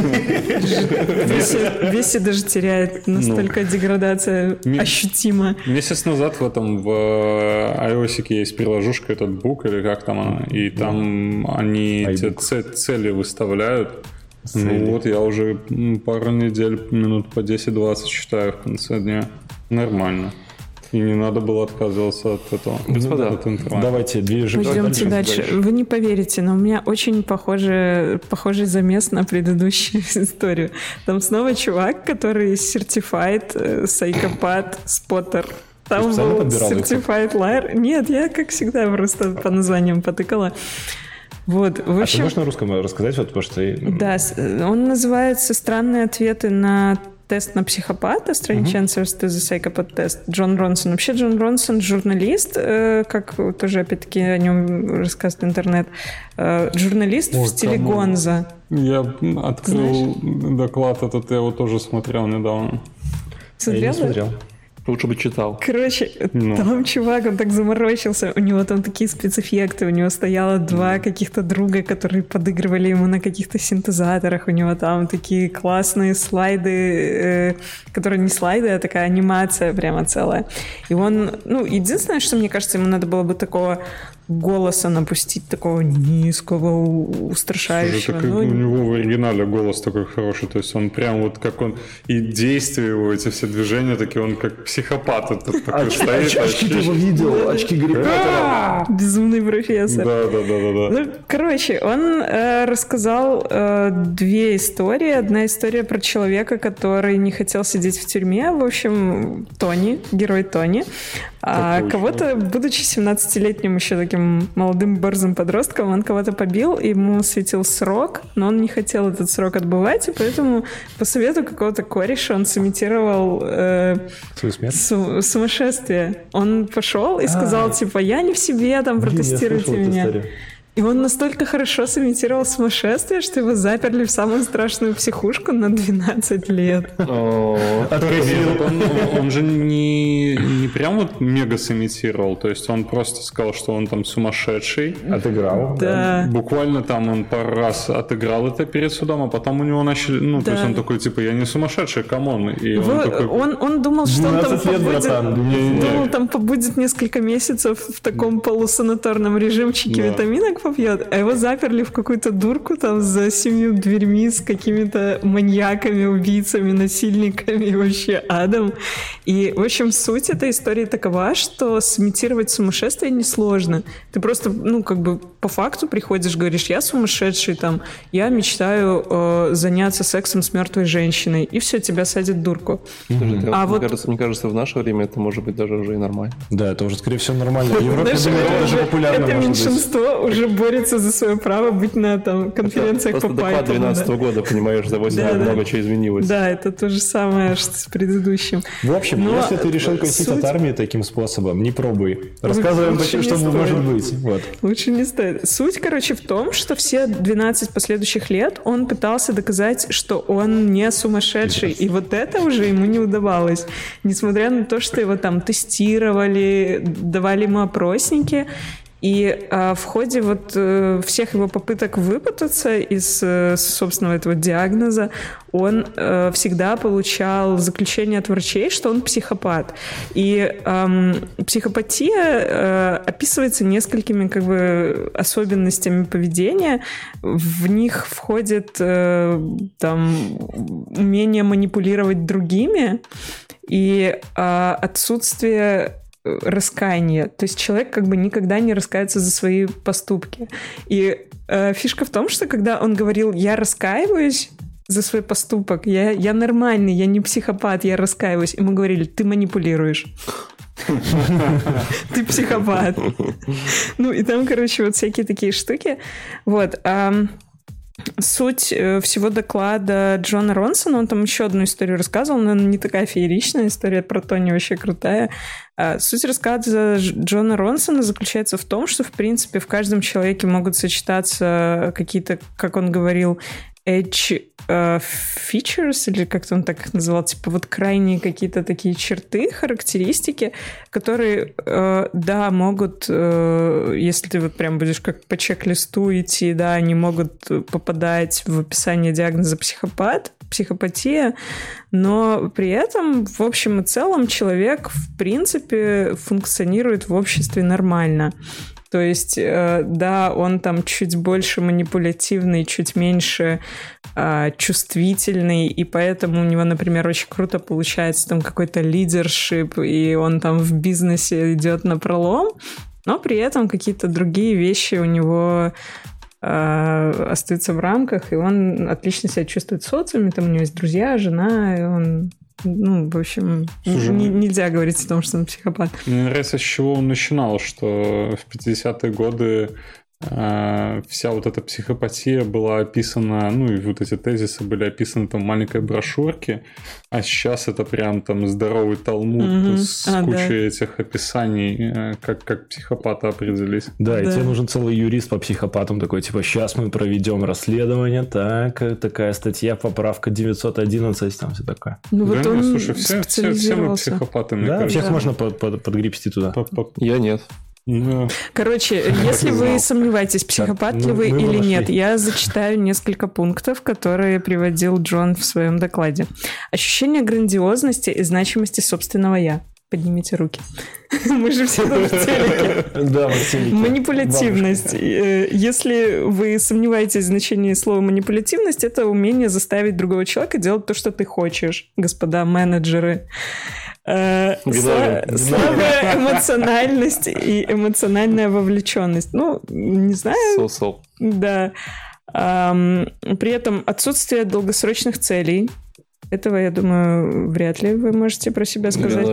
Веси даже теряет, настолько деградация ощутима. Месяц назад в iOS есть приложушка, этот Book, или как там она, и там они цели выставляют. Я уже пару недель, минут по 10-20 читаю в конце дня. Нормально. И не надо было отказываться от этого. Господа, давайте движем. Пойдемте дальше. Вы не поверите, но у меня очень похожий замес на предыдущую историю. Там снова чувак, который certified psychopath spotter. Там был certified liar. Нет, я, как всегда, просто по названиям потыкала. В общем, ты можешь на русском рассказать? Потому что... Да, он называется «Странные ответы на тест на психопата, Strange Answers to the Psychopath Test, Джон Ронсон. Вообще Джон Ронсон журналист, как тоже опять-таки о нем рассказывает интернет, журналист в стиле Гонза. Я открыл доклад этот, я его тоже смотрел недавно. Смотрел? Я не смотрел. Лучше бы читал. Короче, там чувак, он так заморочился, у него там такие спецэффекты, у него стояло 2 каких-то друга, которые подыгрывали ему на каких-то синтезаторах, у него там такие классные слайды, которые не слайды, а такая анимация прямо целая. И он, единственное, что мне кажется, ему надо было бы такого голоса напустить, такого низкого, устрашающего. Слушай, у него в оригинале голос такой хороший, то есть он прям вот как он, и действия его, эти все движения, такие он как психопат этот такой стоит. Очки ты его видел, очки Гарри Поттера. Безумный профессор. Да. Короче, он рассказал 2 истории. Одна история про человека, который не хотел сидеть в тюрьме. В общем, Тони, герой Тони. А кого-то, будучи 17-летним еще таким молодым борзым подростком, он кого-то побил, ему светил срок, но он не хотел этот срок отбывать, и поэтому по совету какого-то кореша он сымитировал сумасшествие. Он пошел и сказал, типа, я не в себе, там, протестируйте меня. И он настолько хорошо сымитировал сумасшествие, что его заперли в самую страшную психушку на 12 лет. Он же не прям вот мега сымитировал, то есть он просто сказал, что он там сумасшедший. Отыграл. Да. Буквально там он пару раз отыграл это перед судом, а потом у него начали, то есть он такой, типа, я не сумасшедший, камон. И он думал, что он там побудет несколько месяцев в таком полусанаторном режимчике витаминок попьет, а его заперли в какую-то дурку там за 7 дверьми с какими-то маньяками, убийцами, насильниками и вообще адом. И, в общем, суть этой истории такова, что сымитировать сумасшествие несложно. Ты просто, по факту приходишь, говоришь, я сумасшедший, там, я мечтаю заняться сексом с мертвой женщиной, и все, тебя садят в дурку. Мне кажется, в наше время это может быть даже уже и нормально. Да, это уже, скорее всего, нормально. В Европе, это даже популярно это может быть. меньшинство уже борется за свое право быть на конференциях по Python. Просто доклад 2012 года, понимаешь, за 8 лет много чего изменилось. Да, это то же самое, что с предыдущим. В общем, если ты решил косить от армии таким способом, не пробуй. Рассказываем, что может быть. Лучше не стоит. Суть, в том, что все 12 последующих лет он пытался доказать, что он не сумасшедший, и вот это уже ему не удавалось. Несмотря на то, что его там тестировали, давали ему опросники, и в ходе всех его попыток выпутаться из собственного этого диагноза он всегда получал заключение от врачей, что он психопат. И психопатия описывается несколькими особенностями поведения. В них входит умение манипулировать другими и отсутствие раскаяния. То есть человек никогда не раскается за свои поступки. И фишка в том, что когда он говорил «я раскаиваюсь за свой поступок, я нормальный, я не психопат, я раскаиваюсь», ему говорили «ты манипулируешь». Ты психопат. И там, всякие такие штуки. Суть всего доклада Джона Ронсона, он там еще одну историю рассказывал, но она не такая фееричная, история про Тони вообще крутая. Суть рассказа Джона Ронсона заключается в том, что, в принципе, в каждом человеке могут сочетаться какие-то, как он говорил, edge features, или как-то он так их называл, крайние какие-то такие черты, характеристики, которые, могут, если ты прям будешь как по чек-листу идти, они могут попадать в описание диагноза психопатия, но при этом, в общем и целом, человек, в принципе, функционирует в обществе нормально. То есть, он там чуть больше манипулятивный, чуть меньше чувствительный, и поэтому у него, например, очень круто получается там какой-то лидершип, и он там в бизнесе идет напролом, но при этом какие-то другие вещи у него остаются в рамках, и он отлично себя чувствует в социуме, там у него есть друзья, жена, и он... в общем, нельзя говорить о том, что он психопат. Мне нравится, с чего он начинал, что в 50-е годы вся вот эта психопатия была описана, ну и вот эти тезисы были описаны там в маленькой брошюрке, а сейчас это прям там здоровый талмуд с кучей этих описаний, как психопата определить. Да, и тебе нужен целый юрист по психопатам, такой, типа, сейчас мы проведем расследование, так, такая статья, поправка 911, там все такое. Ну вот он слушай, все мы психопаты, мне кажется. Всех можно подгребсти туда. Я нет. Короче, если вы сомневаетесь, психопат ли вы или нет, я зачитаю несколько пунктов, которые приводил Джон в своем докладе. Ощущение грандиозности и значимости собственного «я». Поднимите руки. Мы же все в телеке. Да, в телеке. Манипулятивность. Если вы сомневаетесь в значении слова манипулятивность, это умение заставить другого человека делать то, что ты хочешь, господа менеджеры. Слабая эмоциональность и эмоциональная вовлеченность. Ну, не знаю. Да. При этом отсутствие долгосрочных целей. Этого, я думаю, вряд ли вы можете про себя сказать.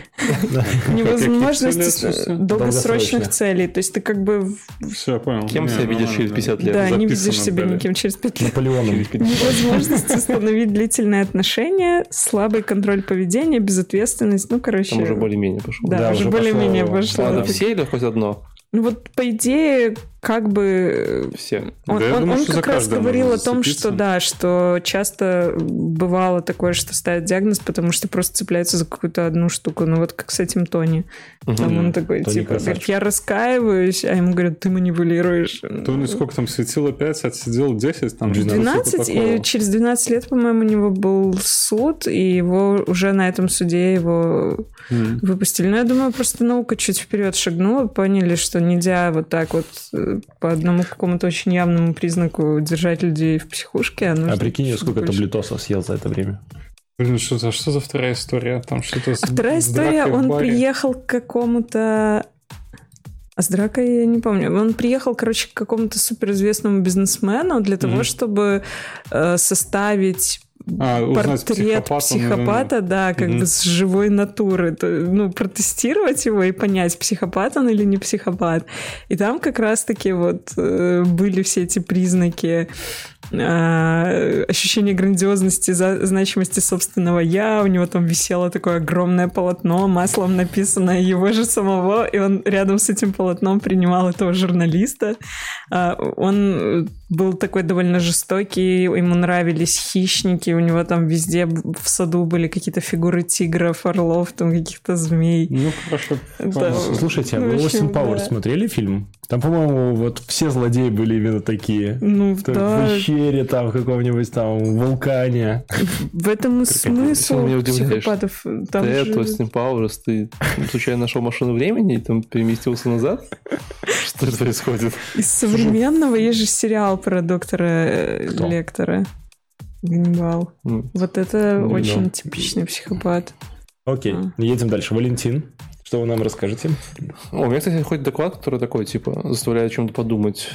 Невозможность долгосрочных целей. То есть ты как бы... Все, я понял. Кем себя видишь через 50 лет? Да, не видишь себя никем через 5 лет. Наполеоном. Невозможность установить длительные отношения, слабый контроль поведения, безответственность. Ну, короче... Там уже более-менее пошло. Да, уже более-менее пошло. Ладно, все или хоть одно? Ну вот, по идее, как бы... Все. Он как раз говорил о том, что да, что часто бывало такое, что ставят диагноз, потому что просто цепляются за какую-то одну штуку. Ну вот как с этим Тони. Там он такой, типа, говорит, я раскаиваюсь, а ему говорят, ты манипулируешь. Тони сколько там светило? 5, отсидел 10? Там 12, и через 12 лет, по-моему, у него был суд, и его уже на этом суде его выпустили. Но я думаю, просто наука чуть вперед шагнула, поняли, что нельзя вот так вот по одному какому-то очень явному признаку держать людей в психушке. А прикинь, сколько таблетосов съел за это время. Блин, что за вторая история? Там что-то вторая история, он приехал к какому-то... А с дракой я не помню. Он приехал, короче, к какому-то суперизвестному бизнесмену для того, чтобы составить... портрет психопата, да, как бы с живой натуры. Ну, протестировать его и понять, психопат он или не психопат. И там как раз-таки вот были все эти признаки ощущение грандиозности, значимости собственного «я». У него там висело такое огромное полотно, маслом написанное его же самого, и он рядом с этим полотном принимал этого журналиста. Он был такой довольно жестокий, ему нравились хищники, у него там везде в саду были какие-то фигуры тигров, орлов, там каких-то змей. Ну, хорошо. Да. Слушайте, а вы Остин Пауэрс смотрели фильм? Там, по-моему, вот все злодеи были именно такие. Ну, да. В пещере, там, в каком-нибудь там вулкане. В этом и смысл психопатов. Ты, Остин Пауэрс, ты случайно нашел машину времени и там переместился назад? Что это происходит? Из современного есть же сериал про доктора Лектора. Ганнибал. Вот это очень типичный психопат. Окей, едем дальше. Валентин. Что вы нам расскажете? У меня, кстати, хоть доклад, который такой, типа, заставляет о чем-то подумать.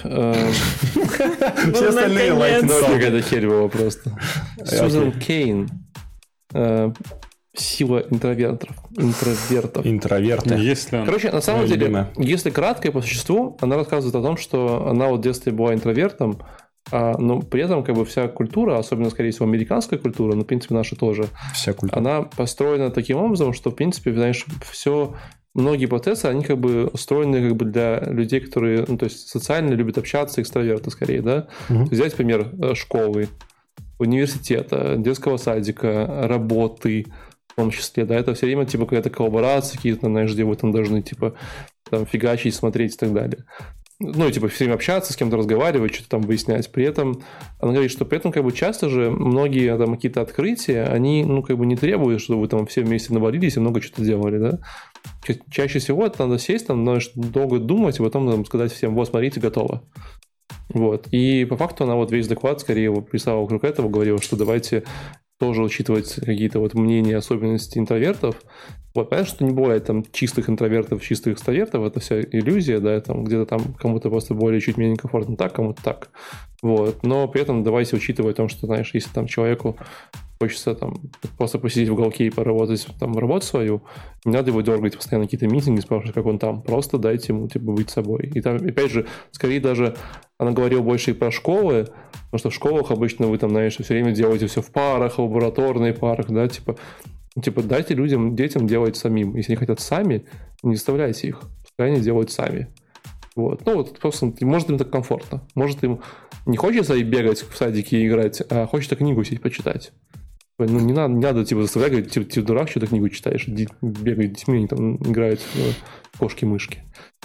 Все остальные лайки. Какая-то херь была просто. Сьюзан Кейн. Сила интровертов. Интроверты. Короче, на самом деле, если кратко и по существу, она рассказывает о том, что она вот в детстве была интровертом, но при этом как бы вся культура, особенно, скорее всего, американская культура, но, в принципе, наша тоже, вся культура. Она построена таким образом, что, в принципе, знаешь, многие процессы, они как бы устроены как бы для людей, которые, ну, то есть социально любят общаться, экстраверты скорее, да? То есть взять пример школы, университета, детского садика, работы, в том числе, да, это все время типа какая-то коллаборация, какие-то, знаешь, где вы там должны типа там фигачить, смотреть и так далее. Ну, и типа все время общаться, с кем-то разговаривать, что-то там выяснять. При этом она говорит, что при этом как бы часто же многие там какие-то открытия, они, ну, как бы не требуют, чтобы вы там все вместе навалились и много чего-то делали, да. Чаще всего это надо сесть, там, надо долго думать, и потом там, сказать всем, вот, смотрите, готово. Вот. И по факту она вот весь доклад скорее писала вокруг этого, говорила, что давайте тоже учитывать какие-то вот мнения, особенности интровертов. Вот, понятно, что не бывает там чистых интровертов, чистых экстравертов, это вся иллюзия, да, там где-то там кому-то просто более чуть менее комфортно так, кому-то так. Вот. Но при этом давайте учитывать о том, что, знаешь, если там человеку хочется там просто посидеть в уголке и поработать там работу свою, не надо его дергать постоянно какие-то митинги, спрашивать, как он там. Просто дайте ему типа быть собой. И там, опять же, скорее даже она говорила больше и про школы, потому что в школах обычно вы там, знаешь, все время делаете все в парах, в лабораторных парах, да, типа дайте детям делать самим. Если они хотят сами, не заставляйте их. Пускай они делают сами. Вот. Ну, вот просто, может, им так комфортно. Может, им не хочется и бегать в садике и играть, а хочется книгу сидеть почитать. Ну, не надо типа, заставлять, говорить, ты дурак, что ты книгу читаешь, бегают с детьми, они там играют в кошки-мышки.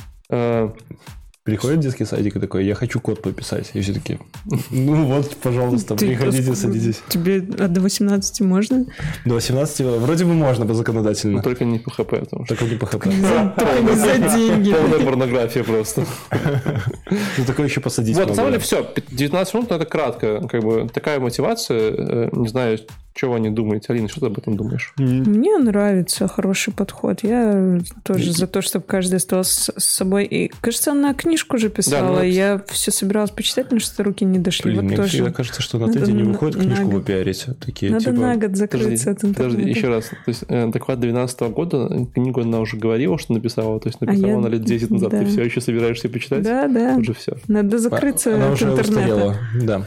Приходит в детский садик и такой, я хочу код пописать. И все таки ну вот, пожалуйста, приходите, садитесь. Тебе до 18 можно? До 18 вроде бы можно по законодательно. Но только не по ХП, потому что... Только не по ХП. Только не за деньги. Полная порнография просто. Ну, такое еще посадить. Вот, на самом деле, все. 19 минут, это кратко. Как бы такая мотивация. Не знаю, чего они думают. Алина, что ты об этом думаешь? Мне нравится хороший подход. Я тоже за то, чтобы каждый оставался с собой. И, кажется, она книжку уже писала. Да, я все собиралась почитать, но что руки не дошли. Блин, вот мне всегда кажется, что на TED не выходит книжку попиарить. Такие, надо типа... на год закрыться от интернета. Подожди, еще раз. То есть доклад 2012 года, книгу она уже говорила, что написала. То есть написала она лет 10 назад. Да. Ты все еще собираешься почитать? Да. Уже все. Надо закрыться она от уже интернета. Устарела. Да.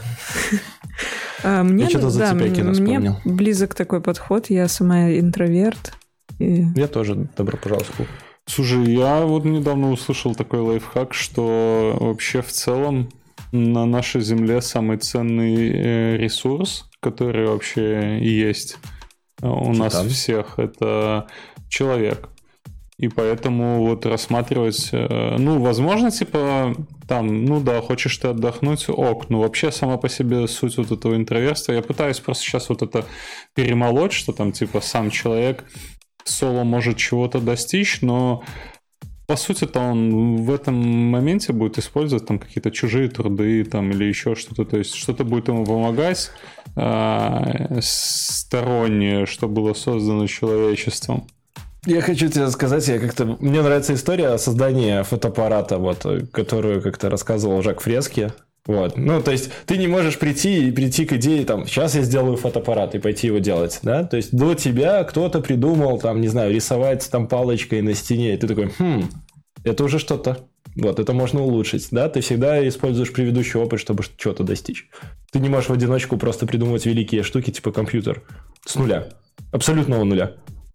Мне, что-то за Цепякина вспомнил. Мне близок такой подход. Я сама интроверт. Я тоже. Добро пожаловать. Слушай, я вот недавно услышал такой лайфхак, что вообще в целом на нашей Земле самый ценный ресурс, который вообще есть у нас всех, это человек. И поэтому вот рассматривать, ну, возможно, типа, там, ну да, хочешь ты отдохнуть, ок, ну вообще сама по себе суть вот этого интроверства, я пытаюсь просто сейчас вот это перемолоть, что там, типа, сам человек соло может чего-то достичь, но по сути-то он в этом моменте будет использовать там какие-то чужие труды там или еще что-то, то есть что-то будет ему помогать стороннее, что было создано человечеством. Я хочу тебе сказать, мне нравится история о создании фотоаппарата, вот, которую как-то рассказывал Жак Фрески. Вот. Ну, то есть, ты не можешь прийти к идее, там, сейчас я сделаю фотоаппарат и пойти его делать, да? То есть, до тебя кто-то придумал, там, не знаю, рисовать там палочкой на стене, и ты такой, это уже что-то. Вот, это можно улучшить, да? Ты всегда используешь предыдущий опыт, чтобы чего-то достичь. Ты не можешь в одиночку просто придумывать великие штуки, типа компьютер, с нуля. Абсолютного нуля.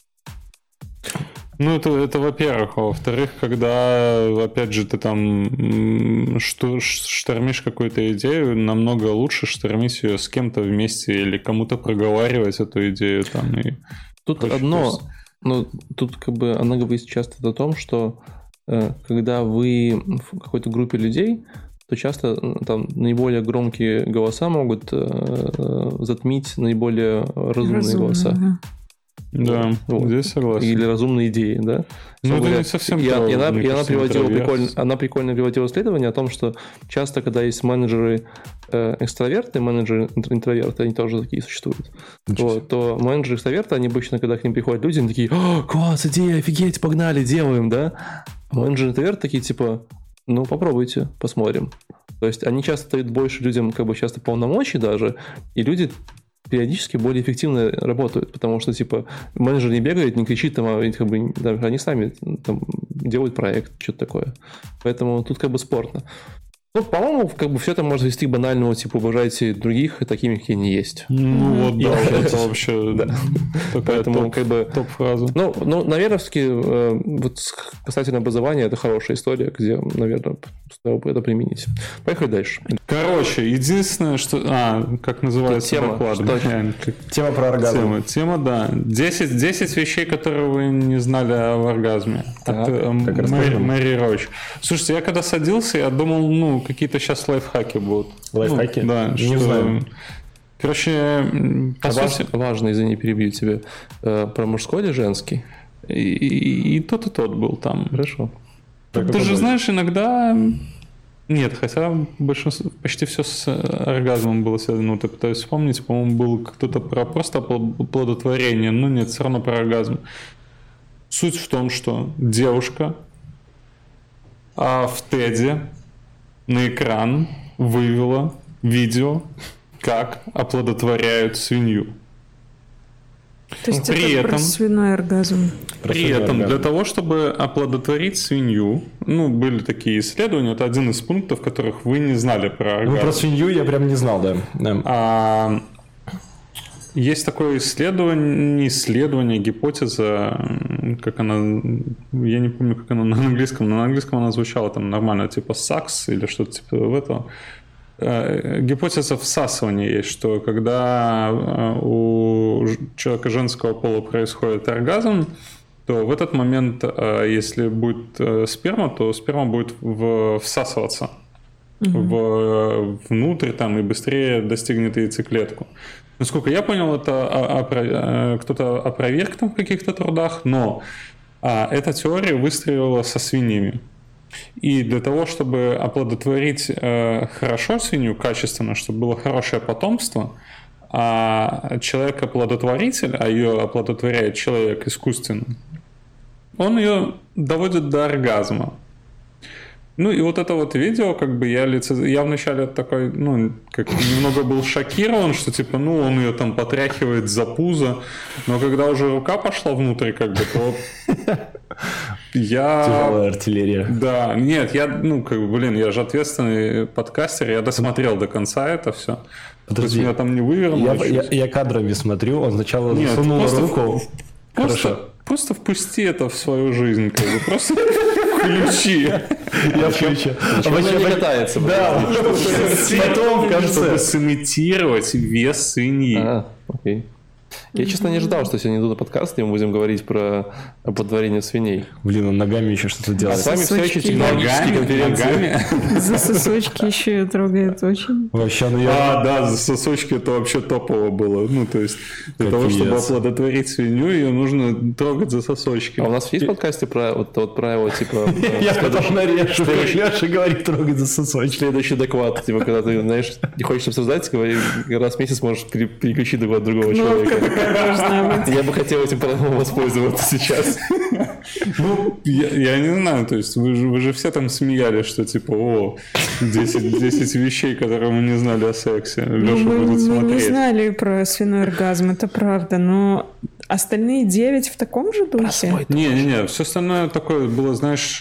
Ну, это во-первых. А во-вторых, когда, опять же, ты там штормишь какую-то идею, намного лучше штормить ее с кем-то вместе или кому-то проговаривать эту идею там. И тут одно, но тут как бы она говорит часто о том, что когда вы в какой-то группе людей, то часто там наиболее громкие голоса могут затмить наиболее разумные голоса. Да, вот. Здесь согласен. Или разумные идеи, да? Ну, это не совсем правда. И она прикольно приводила исследование о том, что часто, когда есть менеджеры экстраверты, менеджеры интроверты, они тоже такие существуют, то менеджеры экстраверты, они обычно, когда к ним приходят люди, они такие, класс, идея, офигеть, погнали, делаем, да? А менеджеры интроверты такие, типа, ну, попробуйте, посмотрим. То есть они часто дают больше людям, как бы, часто полномочий даже, и люди периодически более эффективно работают, потому что, типа, менеджер не бегает, не кричит, там, как бы, да, они сами там делают проект, что-то такое. Поэтому тут как бы спорно. Ну, по-моему, как бы все это может вести к банальному, типа, уважайте других такими, какие они есть. Ну, вот, да, это вообще поэтому, как бы... топ-фраза. Ну, наверное, все-таки вот касательно образования, это хорошая история, где, наверное, стоило бы это применить. Поехали дальше. Короче, единственное, что... как называется доклад? Тема про оргазм. Тема, да. 10 вещей, которые вы не знали об оргазме. Мэри Роуч. Слушайте, я когда садился, я думал, какие-то сейчас лайфхаки будут. Лайфхаки? Да. Не знаю. Короче, важно, извини, перебью тебя. Про мужской или женский? И тот был там. Хорошо. Ты же знаешь, иногда... Нет, хотя почти все с оргазмом было связано. Вот я пытаюсь вспомнить, по-моему, был кто-то про просто оплодотворение, но нет, все равно про оргазм. Суть в том, что девушка в TED на экран вывела видео, как оплодотворяют свинью. То есть При это про этом- свиной оргазм. При этом для того, чтобы оплодотворить свинью, были такие исследования, это один из пунктов, которых вы не знали про оргазм. Ну, про свинью я прям не знал, да. Есть такое исследование, гипотеза, как она, я не помню, как она на английском, но на английском она звучала там нормально, типа сакс или что-то типа этого. Гипотеза всасывания есть, что когда у человека женского пола происходит оргазм, то в этот момент, если будет сперма, то сперма будет всасываться внутрь там, и быстрее достигнет яйцеклетку. Насколько я понял, это кто-то опроверг там в каких-то трудах, но эта теория выстрелила со свиньями. И для того, чтобы оплодотворить хорошо свинью, качественно, чтобы было хорошее потомство, а человек-оплодотворитель, а ее оплодотворяет человек искусственно, он ее доводит до оргазма. И вот это вот видео, я вначале такой, как немного был шокирован, что типа, он ее там потряхивает за пузо, но когда уже рука пошла внутрь, то я... Тяжелая артиллерия. Да, нет, я же ответственный подкастер, я досмотрел до конца это все. Подожди, меня там не вывернуло. Я кадрами смотрю, он сначала засунул руку. Просто впусти это в свою жизнь, просто включи. Я включу. Почему она не катается? Да, потом в Чтобы конце. сымитировать вес свиньи. Окей. Я, честно, не ожидал, что сегодня иду на подкаст, где мы будем говорить про оплодотворение свиней. Блин, он ногами еще что-то А делает. с вами все еще Сосочки. технологические конференции. За сосочки еще ее трогает очень. Вообще, я... Да, за сосочки это вообще топово было. То есть, для того, чтобы оплодотворить свинью, ее нужно трогать за сосочки. А у нас есть в подкасте про вот правила, типа... Я потом нарежу, как Леша говорит, трогать за сосочки. Следующий доклад, типа, когда ты, знаешь, не хочешь обсуждать, говори, раз в месяц можешь переключить доклад другого человека. Какая должна быть. Я бы хотел этим правилом воспользоваться сейчас. Я не знаю, то есть вы же все там смеялись, что типа, 10 вещей, которые мы не знали о сексе. Леша будет Мы не смотреть. знали про свиной оргазм, это правда, но остальные 9 в таком же духе. Не, все остальное такое было, знаешь,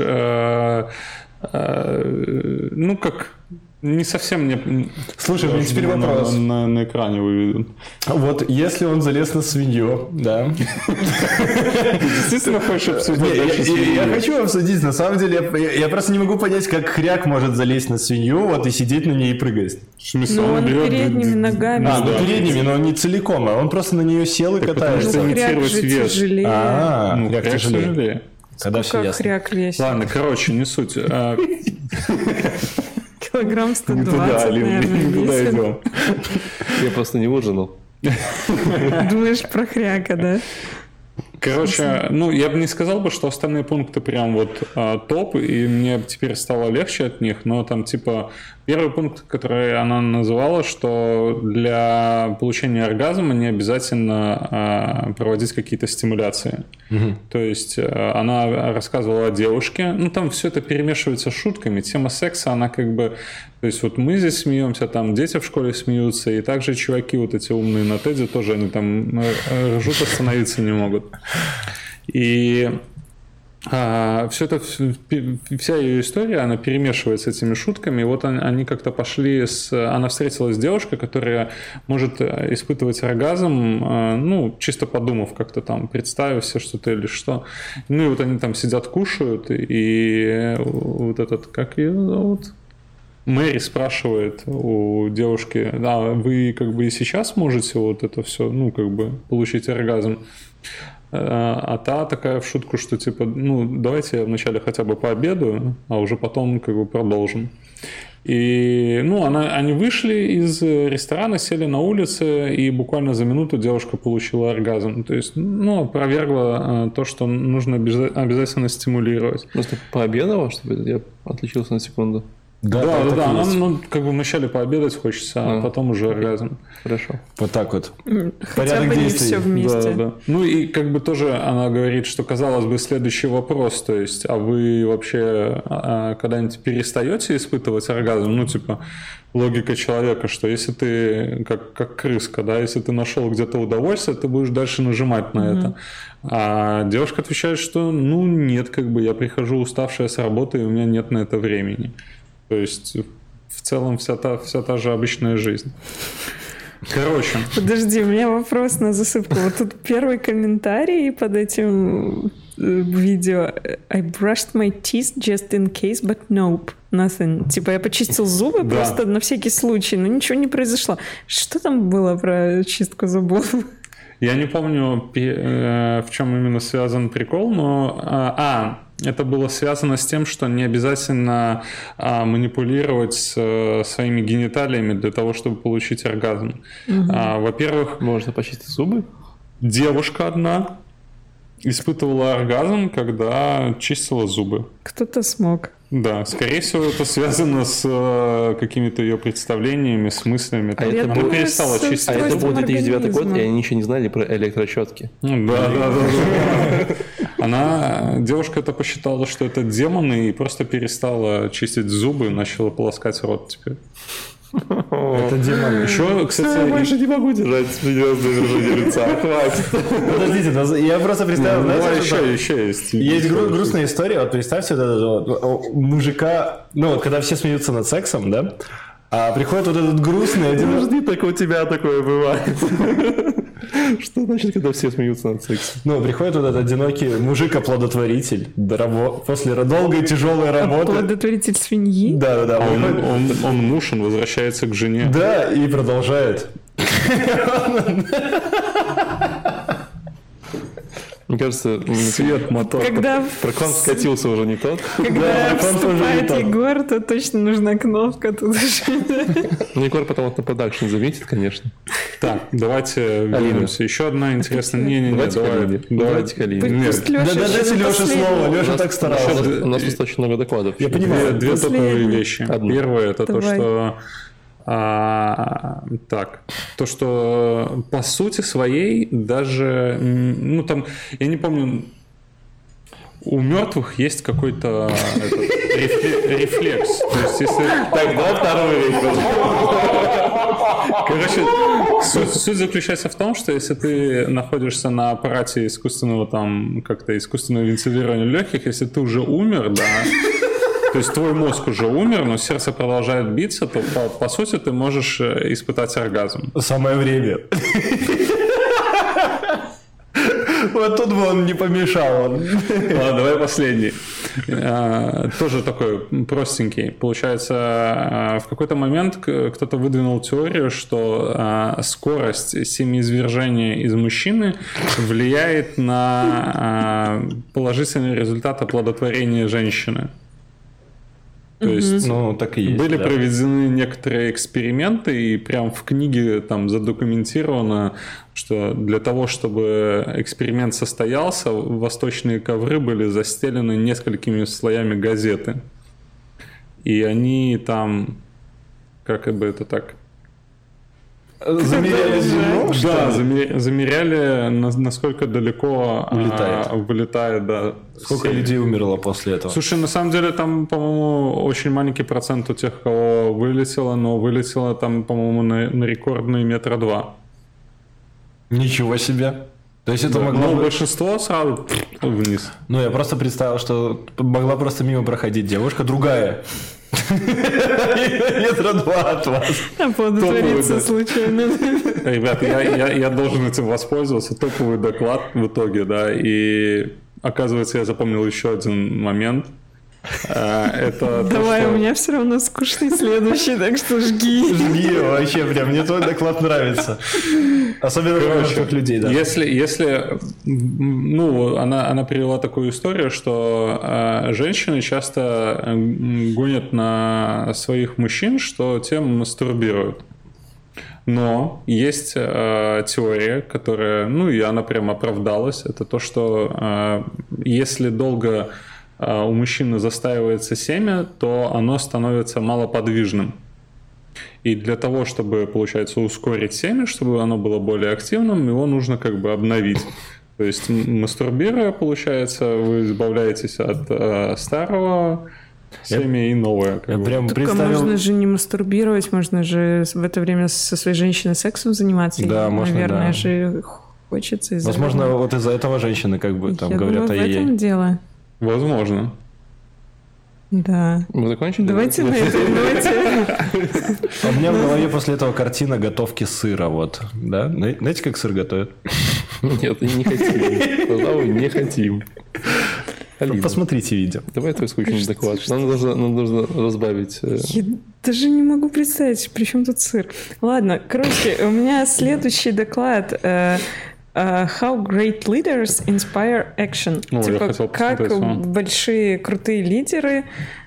как не совсем мне... Слушай, у меня теперь вопрос. На экране выведут. Вот если он залез на свинью, да? Ты действительно хочешь обсудить дальше Я свинью? хочу обсудить, на самом деле, я просто не могу понять, как хряк может залезть на свинью, и сидеть на ней и прыгать. В смысле, Ну, он берет передними ногами. да. Передними, но не целиком, а он просто на нее сел и потому что катается. Хряк имитировать же вес. тяжелее. Хряк Хряк тяжелее. тяжелее. Тогда все Как ясно. хряк весит? Ладно, короче, не суть. Килограмм Не 120, туда, Алин, наверное, не туда весит. идем. Я просто не ужинал. Думаешь про хряка, да? Короче, я бы не сказал бы, что остальные пункты прям топ, и мне теперь стало легче от них, но там типа первый пункт, который она называла, что для получения оргазма не обязательно проводить какие-то стимуляции. То есть она рассказывала о девушке, там все это перемешивается с шутками, тема секса, она то есть вот мы здесь смеемся, там дети в школе смеются, и также чуваки вот эти умные на Теде тоже, они там ржут, остановиться не могут. И все это, вся ее история, она перемешивается с этими шутками, и вот они как-то пошли она встретилась с девушкой, которая может испытывать оргазм, чисто подумав как-то там, представив себе что-то или что. И вот они там сидят, кушают, и вот этот, как ее зовут? Мэри спрашивает у девушки, вы и сейчас можете вот это все, получить оргазм? А та такая в шутку, что типа, давайте я вначале хотя бы пообедаю, а уже потом продолжим. И, они вышли из ресторана, сели на улице, и буквально за минуту девушка получила оргазм. То есть, опровергла то, что нужно обязательно стимулировать. Просто пообедала, чтобы я отличился на секунду. Да. есть. Ну, как бы вначале пообедать хочется, а потом уже оргазм. Хорошо. Вот так вот. Хотя бы не все вместе. Да. Ну и как бы тоже она говорит, что, казалось бы, следующий вопрос, то есть, а вы вообще когда-нибудь перестаете испытывать оргазм? Ну, типа, логика человека, что если ты, как крыска, да, если ты нашел где-то удовольствие, ты будешь дальше нажимать на это. А девушка отвечает, что, ну, нет, как бы я прихожу уставшая с работы, и у меня нет на это времени. То есть, в целом, вся та же обычная жизнь. Короче. Подожди, у меня вопрос на засыпку. Вот тут первый комментарий под этим видео. I brushed my teeth just in case, but nope. Nothing. Типа я почистил зубы просто на всякий случай, но ничего не произошло. Что там было про чистку зубов? Я не помню, в чем именно связан прикол, но... это было связано с тем, что не обязательно манипулировать своими гениталиями для того, чтобы получить оргазм. Во-первых... Можно почистить зубы? Девушка одна испытывала оргазм, когда чистила зубы. Кто-то смог. Да, скорее всего, это связано с какими-то ее представлениями, с мыслями. Она перестала чистить. А это был 2009 год, и они еще не знали про электрощетки. Да. Девушка это посчитала, что это демоны, и просто перестала чистить зубы, начала полоскать рот теперь. Это демон. Еще, кстати, я больше не могу держать серьезное выражение лица. Хватит. Подождите, я просто представил, знаете, еще есть. Есть грустная история. Вот представьте мужика, ну вот когда все смеются над сексом, да, а приходит вот этот грустный один... Подожди, так у тебя такое бывает. Что значит, когда все смеются над сексом? Ну, приходит вот этот одинокий мужик-оплодотворитель после долгой тяжелой работы. Оплодотворитель свиньи? Да. Он муж, он возвращается к жене. Да, и продолжает. Мне кажется, свет мотор. Когда прокон скатился уже не тот. Когда вступает Егор, то точно нужна кнопка тут уже. Ну, Егор потом вот на продакшн заметит, конечно. Так, давайте вернемся. Еще одна интересная... Давайте к Алине. Дайте Леше слово, Леша так старался. У нас просто очень много докладов. Я понимаю. Две топовые вещи. Первое, это то, что... то, что по сути своей даже, ну там, я не помню, у мертвых есть какой-то рефлекс. То есть, если... Тогда второй рефлекс. Короче, суть заключается в том, что если ты находишься на аппарате искусственного вентилирования легких, если ты уже умер, да, то есть твой мозг уже умер, но сердце продолжает биться, то по сути ты можешь испытать оргазм. Самое время. Вот тут бы он не помешал. Ладно, давай последний. Тоже такой простенький. Получается, в какой-то момент кто-то выдвинул теорию, что скорость семяизвержения из мужчины влияет на положительный результат оплодотворения женщины. То есть так и есть, были проведены некоторые эксперименты, и прям в книге там задокументировано, что для того, чтобы эксперимент состоялся, восточные ковры были застелены несколькими слоями газеты. И они там, как бы это так... Замеряли длину? Да, замеряли, насколько далеко вылетает, да. Сколько людей умерло после этого? Слушай, на самом деле там, по-моему, очень маленький процент у тех, кого вылетело, но вылетело там, по-моему, на рекордные 2 метра. Ничего себе. То есть это могло... Но большинство сразу вниз. Ну, я просто представил, что могла просто мимо проходить девушка, другая. 2 метра от вас. Оплодотвориться случайно. Ребят, я должен этим воспользоваться. Топовый доклад в итоге, да. И оказывается, я запомнил еще один момент. Давай, у меня все равно скучный следующий, так что жги. Жги вообще, прям, мне твой доклад нравится. Особенно для мертвых людей, да. Если ну, она привела такую историю, что женщины часто гонят на своих мужчин, что те мастурбируют. Но есть теория, которая, ну и она прям оправдалась, это то, что если долго у мужчины застаивается семя, то оно становится малоподвижным. И для того, чтобы, получается, ускорить семя, чтобы оно было более активным, его нужно как бы обновить. То есть, мастурбируя, получается, вы избавляетесь от старого семя и новое. Я прям Только представил... можно же не мастурбировать, можно же в это время со своей женщиной сексом заниматься. Да, и, можно, наверное, да. же хочется из-за Возможно, этого. вот из-за этого женщины как бы там Я говорят думаю, в ай-яй-яй. этом дело. Возможно. Да. Мы закончили? Давайте на этой ноте. А у меня в голове после этого картина готовки сыра, вот, да? Знаете, как сыр готовят? Нет, не хотим. Пожалуй, не хотим. Алина, Посмотрите видео. давай твой скучный доклад. Нам нужно разбавить. Я даже не могу представить, при чем тут сыр. Ладно, короче, у меня следующий доклад. How great leaders inspire action. О, я Типа, хотел как посмотреть, да. большие крутые лидеры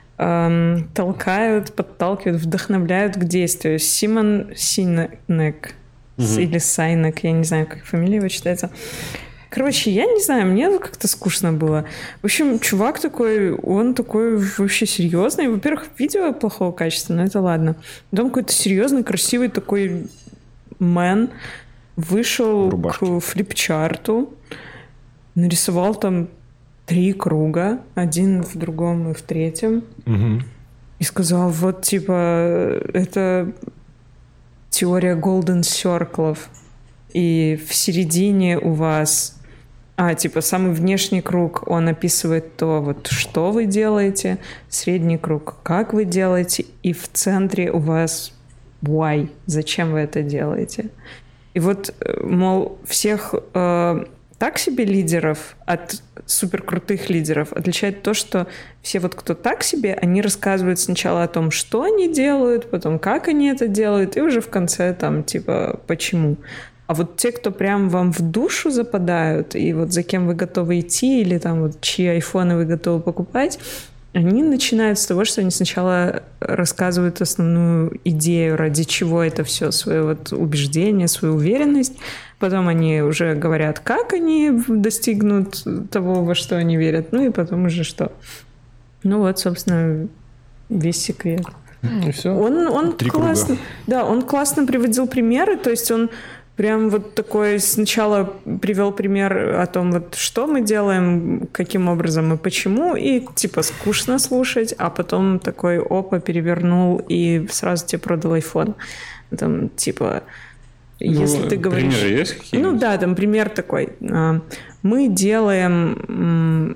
толкают, подталкивают, вдохновляют к действию. Симон Синек или Сайнек, я не знаю, как фамилия его читается. Короче, я не знаю, мне как-то скучно было. В общем, чувак такой, он такой вообще серьезный. Во-первых, видео плохого качества, но это ладно. Потом какой-то серьезный, красивый такой мэн вышел к флипчарту, нарисовал там 3 круга, один в другом и в третьем, и сказал, вот, типа, это теория Golden Circle, и в середине у вас... типа, самый внешний круг, он описывает то, вот, что вы делаете, средний круг, как вы делаете, и в центре у вас why, зачем вы это делаете. И вот, мол, всех так себе лидеров от суперкрутых лидеров отличает то, что все вот кто так себе, они рассказывают сначала о том, что они делают, потом как они это делают, и уже в конце там типа почему. А вот те, кто прям вам в душу западают, и вот за кем вы готовы идти, или там вот чьи айфоны вы готовы покупать, они начинают с того, что они сначала рассказывают основную идею, ради чего это все, свое вот убеждение, свою уверенность. Потом они уже говорят, как они достигнут того, во что они верят. Ну и потом уже что. Ну вот, собственно, весь секрет. И все. Он 3 классно, круга. да, он классно приводил примеры, то есть он прям вот такой сначала привел пример о том, вот что мы делаем, каким образом и почему, и типа скучно слушать, а потом такой опа перевернул и сразу тебе продал iPhone. Там типа, если ты говоришь... Примеры есть какие-нибудь? Ну да, там пример такой. Мы делаем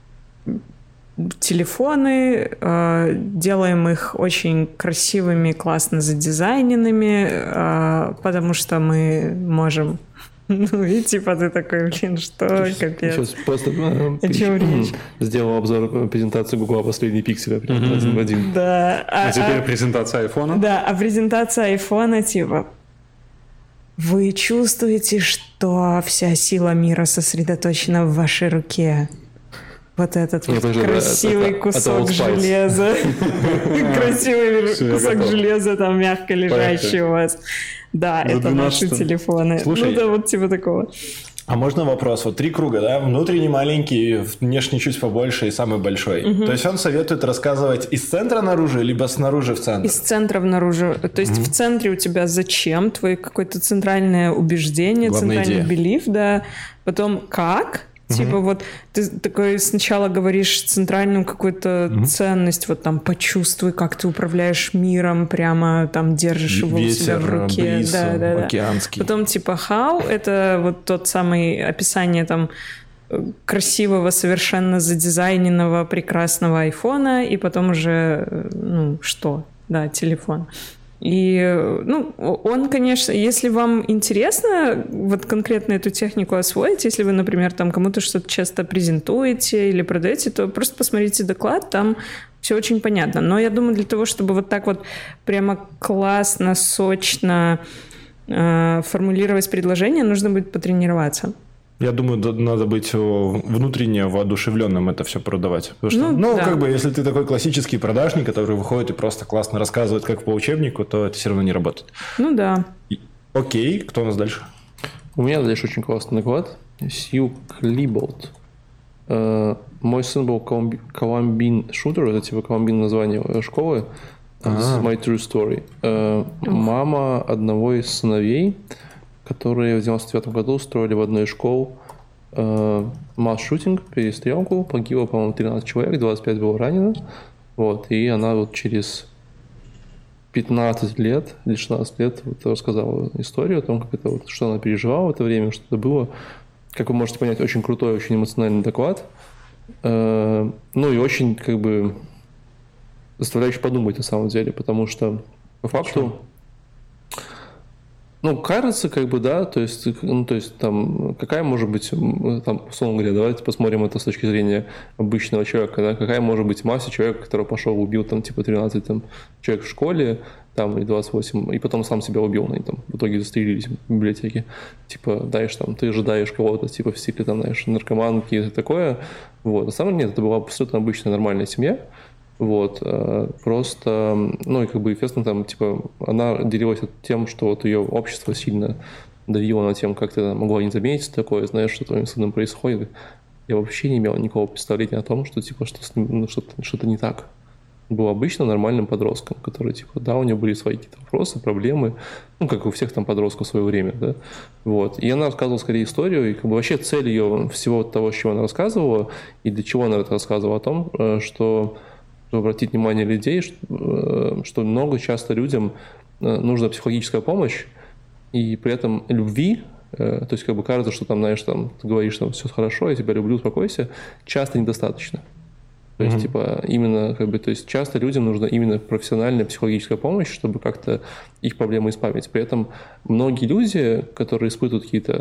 телефоны, делаем их очень красивыми, классно задизайненными, потому что мы можем. Ну и типа ты такой, блин, что, капец. Сейчас просто О чем речь? сделал обзор презентации Google последние пиксели прям один в один. Да. А теперь презентация айфона. Да, а презентация айфона типа... Вы чувствуете, что вся сила мира сосредоточена в вашей руке? Вот этот вот тоже, красивый это кусок Old Spice. железа. Красивый Всё, я кусок готов. железа там мягко лежащий у вас. Да, За это наши 12. телефоны. Слушай, Ну да, вот типа такого. А можно вопрос? Вот 3 круга, да? Внутренний маленький, внешний чуть побольше и самый большой. То есть он советует рассказывать из центра наружу, либо снаружи в центр? Из центра наружу. То есть в центре у тебя зачем? Твое какое-то центральное убеждение, Главная центральный идея. белив, да. Потом как? Типа вот ты такой сначала говоришь центральную какую-то ценность, вот там почувствуй, как ты управляешь миром, прямо там держишь его у себя в руке. бриз, Да. океанский. Потом типа how, это вот тот самый описание там красивого, совершенно задизайненного, прекрасного айфона, и потом уже, ну, что? Да, телефон. И, ну, он, конечно, если вам интересно вот конкретно эту технику освоить, если вы, например, там кому-то что-то часто презентуете или продаете, то просто посмотрите доклад, там все очень понятно. Но я думаю, для того, чтобы вот так вот прямо классно, сочно формулировать предложение, нужно будет потренироваться. Я думаю, надо быть внутренне воодушевленным это все продавать. Потому что, Ну, да. как бы, если ты такой классический продажник, который выходит и просто классно рассказывает, как по учебнику, то это все равно не работает. Ну да. Окей, кто у нас дальше? У меня дальше очень классный доклад. Сью Клиболт. Мой сын был Columbine Shooter, это типа Columbine название школы. This is my true story. Мама одного из сыновей, которые в 99 году устроили в одной из школ масс-шутинг, перестрелку, погибло, по-моему, 13 человек, 25 было ранено. Вот, и она вот через 15 лет или 16 лет вот рассказала историю о том, как это вот, что она переживала в это время, что это было. Как вы можете понять, очень крутой, очень эмоциональный доклад. Ну и очень, как бы, заставляющий подумать на самом деле, потому что по факту, ну, кажется, как бы, да, то есть, там, какая может быть, там, условно говоря, давайте посмотрим это с точки зрения обычного человека, да, какая может быть масса человека, который пошел, убил, там, типа, 13 там, человек в школе, там, и 28, и потом сам себя убил, и там в итоге застрелились в библиотеке. Типа, знаешь, там, ты ожидаешь кого-то, типа, в стиле, там, знаешь, наркоман, какие-то такое. Вот. На самом деле, нет, это была абсолютно обычная нормальная семья. Вот. Просто, ну, и как бы, естественно, там, типа, она делилась тем, что вот ее общество сильно давило на тем, как ты могла не заметить такое, знаешь, что твоим сыном происходит. Я вообще не имел никакого представления о том, что, типа, что с ним, ну, что-то не так. Был обычно нормальным подростком, который, типа, да, у него были свои какие-то вопросы, проблемы, ну, как у всех там подростков в свое время, да, вот. И она рассказывала скорее историю, и как бы вообще цель ее всего того, с чего она рассказывала, и для чего она это рассказывала о том, что обратить внимание людей, что много часто людям нужна психологическая помощь, и при этом любви, то есть, как бы кажется, что там, знаешь, там, ты говоришь, там, все хорошо, я тебя люблю, успокойся, часто недостаточно. То есть, типа, именно, как бы, то есть, часто людям нужна именно профессиональная психологическая помощь, чтобы как-то их проблемы исправить. При этом многие люди, которые испытывают какие-то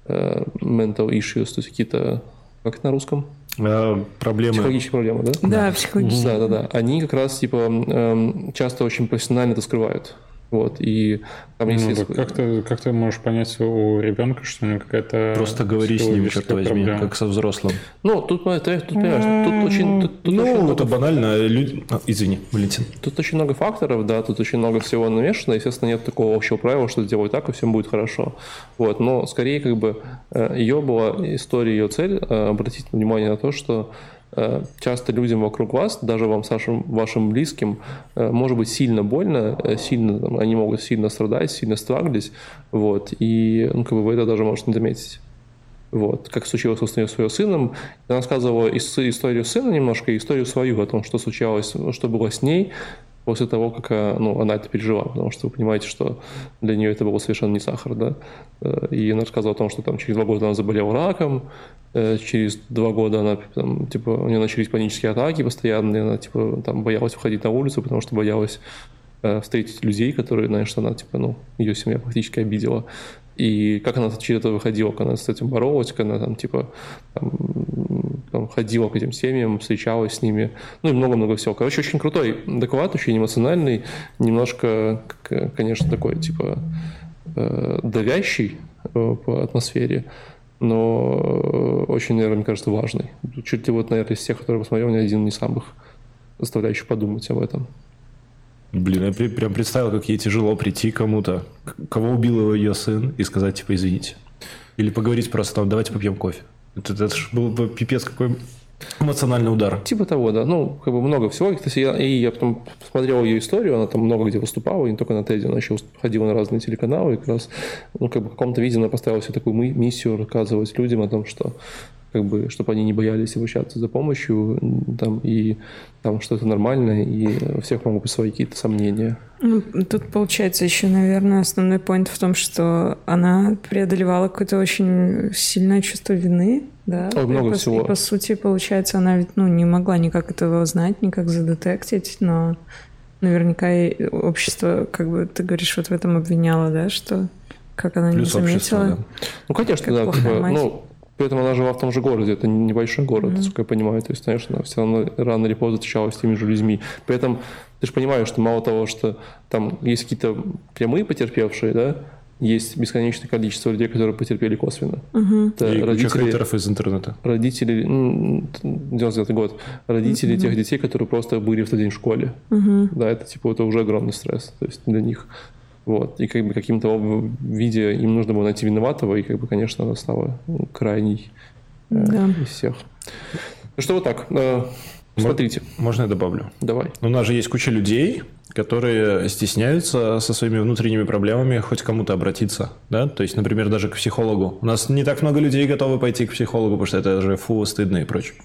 mental issues, то есть, какие-то, как это на русском? Проблемы. Психологические проблемы, да? Да, психологические. Да. Они как раз, типа, часто очень профессионально это скрывают. Вот, и там есть... Как ты можешь понять у ребенка, что у него какая-то... Просто говори с ним, черт возьми, проблема. Как со взрослым. Ну, тут понимаешь, тут очень... Ну, это банально. Извини, Валентин. Тут очень много факторов, да, тут очень много всего намешано. Естественно, нет такого общего правила, что делай так, и всем будет хорошо. Вот, но скорее, как бы, ее была история, ее цель обратить внимание на то, что часто людям вокруг вас, даже вам, вашим близким, может быть сильно больно, сильно, они могут сильно страдать, сильно страглись, вот, и, ну, как бы, вы это даже можете не заметить. Вот, как случилось с ее сыном. Она рассказывала историю сына немножко, и историю свою о том, что случалось, что было с ней после того, как она это пережила, потому что вы понимаете, что для нее это было совершенно не сахар, да. И она рассказывала о том, что там через 2 года она заболела раком, через 2 года она, там, типа, у нее начались панические атаки постоянные, она, типа, там, боялась выходить на улицу, потому что боялась встретить людей, которые, знаешь, она, типа, ну, ее семья практически обидела. И как она через это выходила, как она с этим боролась, как она там, типа, там, ходила к этим семьям, встречалась с ними, ну и много-много всего. Короче, очень крутой доклад, очень эмоциональный, немножко, конечно, такой, типа, давящий по атмосфере, но очень, наверное, мне кажется, важный. Чуть ли вот, наверное, из тех, которые посмотрел, ни один из самых заставляющих подумать об этом. Блин, я прям представил, как ей тяжело прийти к кому-то, кого убил ее сын, и сказать, типа, извините. Или поговорить просто, там, давайте попьем кофе. Это же был бы пипец какой эмоциональный удар. Типа того, да. Ну, как бы много всего. И я потом посмотрел ее историю, она там много где выступала, и не только на TED, она еще ходила на разные телеканалы, и как раз, ну, как бы в каком-то виде она поставила себе такую миссию рассказывать людям о том, что, как бы, чтобы они не боялись обращаться за помощью, там, и там, что это нормально, и у всех могут быть свои какие-то сомнения. Ну, тут получается еще, наверное, основной поинт в том, что она преодолевала какое-то очень сильное чувство вины, да? Много всего. И, по сути, получается, она ведь, ну, не могла никак этого знать, никак задетектить, но наверняка и общество, как бы ты говоришь, вот в этом обвиняло, да, что как она плюс не заметила. Общество, да. Ну, конечно, да. Типа, ну, при этом она жила в том же городе, это небольшой город, насколько я понимаю. То есть, конечно, она все равно рано или поздно встречалась с теми же людьми. При этом ты же понимаешь, что мало того, что там есть какие-то прямые потерпевшие, да, есть бесконечное количество людей, которые потерпели косвенно. Это и родители, хейтеров из интернета. Родители, 99-й год, родители тех детей, которые просто были в тот день в школе. Да, это типа это уже огромный стресс, то есть для них. Вот. И как бы каким-то виде им нужно было найти виноватого, и как бы, конечно, она стала крайней из всех. Ну что вот так, смотрите. Можно я добавлю? Давай. У нас же есть куча людей, которые стесняются со своими внутренними проблемами хоть к кому-то обратиться, да, то есть, например, даже к психологу. У нас не так много людей готовы пойти к психологу, потому что это же стыдно и прочее.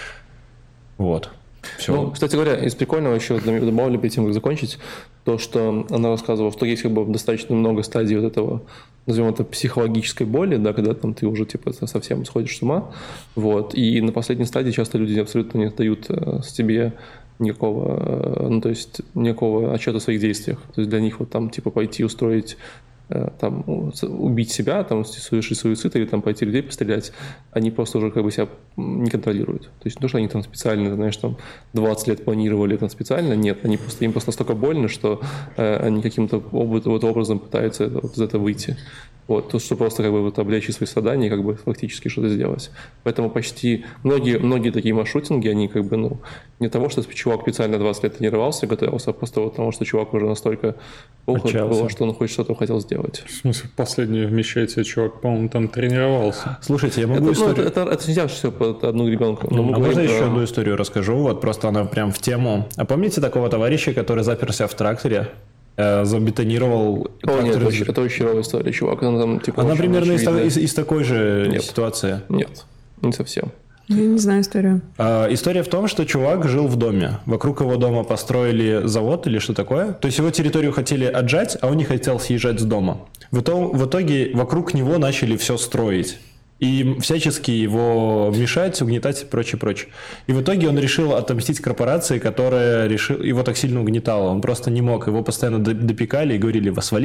Вот. Все. Ну, кстати говоря, из прикольного еще добавлю перед тем, как закончить, то, что она рассказывала, что есть как бы достаточно много стадий вот этого, назовем это, психологической боли, да, когда там ты уже типа совсем сходишь с ума, вот, и на последней стадии часто люди абсолютно не дают себе никакого, ну, то есть никакого отчета о своих действиях, то есть для них вот там типа пойти устроить, там, убить себя, там, совершить суицид или там пойти людей пострелять, они просто уже как бы себя не контролируют. То есть не то, что они там специально, знаешь, там 20 лет планировали там специально, нет, им просто настолько больно, что они каким-то образом пытаются из этого выйти. Вот, то, что просто как бы вот облегчить свои страдания и как бы фактически что-то сделать. Поэтому почти многие такие маршрутинги, они как бы, ну, не того, что чувак специально 20 лет тренировался, готовился, а просто потому, что чувак уже настолько плохо было, что он хоть что-то хотел сделать. В смысле, последнее вмещайте, чувак, по-моему, там тренировался. Слушайте, я могу историю... Это нельзя все под одну гребенку. Можно еще одну историю расскажу? Вот просто она прям в тему. А помните такого товарища, который заперся в тракторе? Забетонировал. Нет, это очень херовая история, чувак. Она примерно из такой же ситуации. Нет, не совсем. Я не знаю историю. История в том, что чувак жил в доме. Вокруг его дома построили завод или что такое. То есть его территорию хотели отжать, а он не хотел съезжать с дома. В итоге вокруг него начали все строить. И всячески его мешать, угнетать и прочее. И в итоге он решил отомстить корпорации, которая его так сильно угнетала. Он просто не мог. Его постоянно допекали и говорили: свали.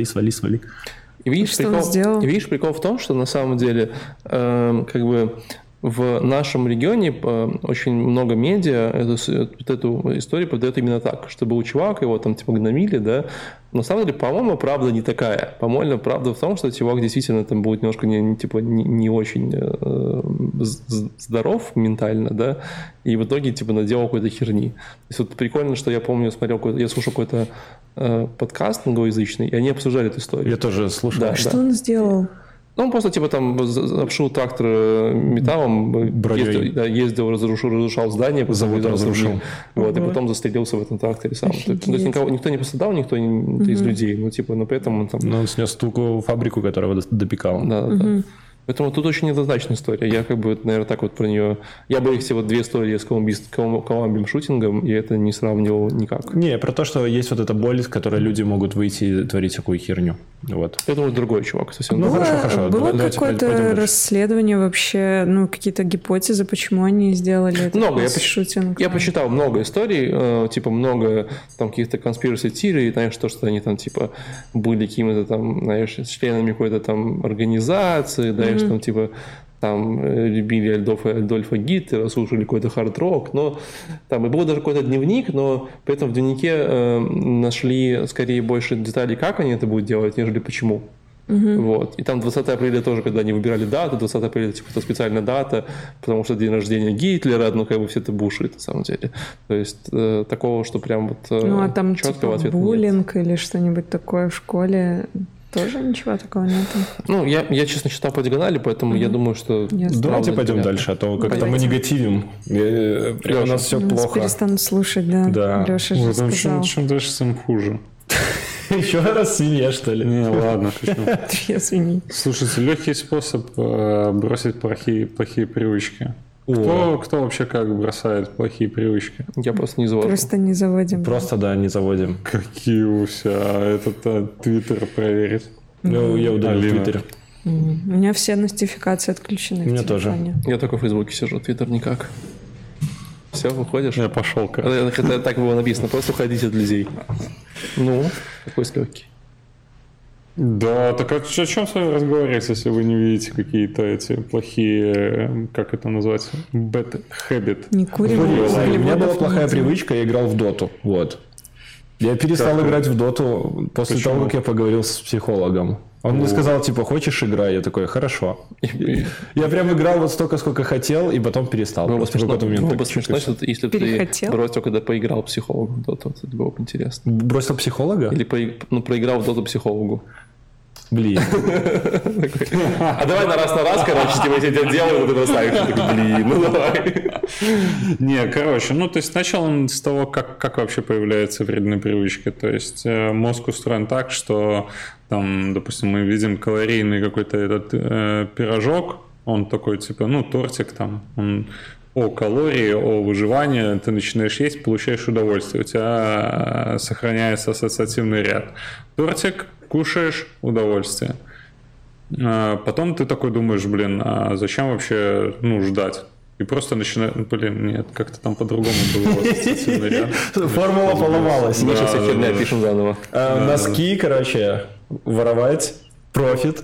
И видишь, прикол в том, что на самом деле как бы в нашем регионе очень много медиа эту историю подает именно так, что был чувак, его там типа гномили, да. Но на самом деле, по-моему, правда не такая. По-моему, правда в том, что чувак действительно там будет немножко не очень здоров ментально, да, и в итоге типа наделал какой-то херни. То есть вот прикольно, что я помню, я слушал какой-то подкаст англоязычный, и они обсуждали эту историю. Я тоже слушал. Да, что он сделал? Ну, он просто типа там обшил трактор металлом, ездил, разрушал здание, завод разрушил. Вот, и потом застрелился в этом тракторе сам. То есть никто не пострадал, никто из людей, но при этом он там... Но он снес ту фабрику, которого допекал. Да. Поэтому тут очень неоднозначная история. Я как бы, наверное, так вот про нее... Я бы их все вот две истории с колумбием-шутингом, и это не сравнивал никак. Не, про то, что есть вот эта боль, с которой люди могут выйти и творить всякую херню. Вот. Это вот другой чувак совсем. Хорошо. Было какое-то расследование вообще, какие-то гипотезы, почему они сделали это? Много. Я посчитал много историй, типа много там каких-то conspiracy theory, знаешь, то, что они там типа были какими-то там, знаешь, членами какой-то там организации, да, что там типа там любили Адольфа Гитлера, слушали какой-то хард-рок, но там и был даже какой-то дневник, но при этом в дневнике нашли скорее больше деталей, как они это будут делать, нежели почему. Вот. И там 20 апреля тоже, когда они выбирали дату, 20 апреля типа это специальная дата, потому что день рождения Гитлера, как бы все это бушит на самом деле. То есть такого, что прям вот а там четкого типа ответа буллинг нет. или что-нибудь такое в школе... Тоже ничего такого нету? Я честно читал по диагонали, поэтому я думаю, что... Давайте пойдем дальше, а то как-то мы негативим. Прям у нас все плохо. Перестану слушать, да. Леша же сказал. Чем дальше, тем хуже. Еще раз свинья, что ли? Не, ладно, шучу. Я свинья. Слушайте, легкий способ бросить плохие привычки. Кто вообще как бросает плохие привычки? Я просто не завожу. Просто не заводим. Просто, да, не заводим. Какие у себя? Твиттер проверит. Я удалил Твиттер. У меня все нотификации отключены. У меня тоже. Я только в Фейсбуке сижу, Твиттер никак. Все, выходишь? Я пошел. Это так было написано, просто уходите от людей. Какой легкий. Да, так о чем с вами разговаривать, если вы не видите какие-то эти плохие, как это назвать, bad habit? Не курим. У меня была плохая привычка, я играл в доту, вот. Я перестал играть в доту после того, как я поговорил с психологом. Он мне сказал, типа, хочешь играть? Я такой, хорошо. Я прям играл вот столько, сколько хотел, и потом перестал. Было бы смешно, если бы ты бросил, когда поиграл психологу в доту, это было бы интересно. Бросил психолога? Или проиграл в доту психологу. Блин. А давай на раз, короче, типа, я тебя делаю, вот это ставишь. Блин, ну давай. Не, короче, ну, то есть начало с того, как вообще появляются вредные привычки. То есть мозг устроен так, что, там, допустим, мы видим калорийный какой-то этот пирожок, он такой, типа, ну, тортик там, он о калории, о выживании, ты начинаешь есть, получаешь удовольствие, у тебя сохраняется ассоциативный ряд. Тортик, кушаешь, удовольствие. Потом ты такой думаешь, блин, а зачем вообще, ну, ждать? И просто начинаешь, блин, нет, как-то там по-другому было ассоциативный ряд. Формула поломалась. Мы сейчас все херня пишем заново. Носки, короче, воровать, профит.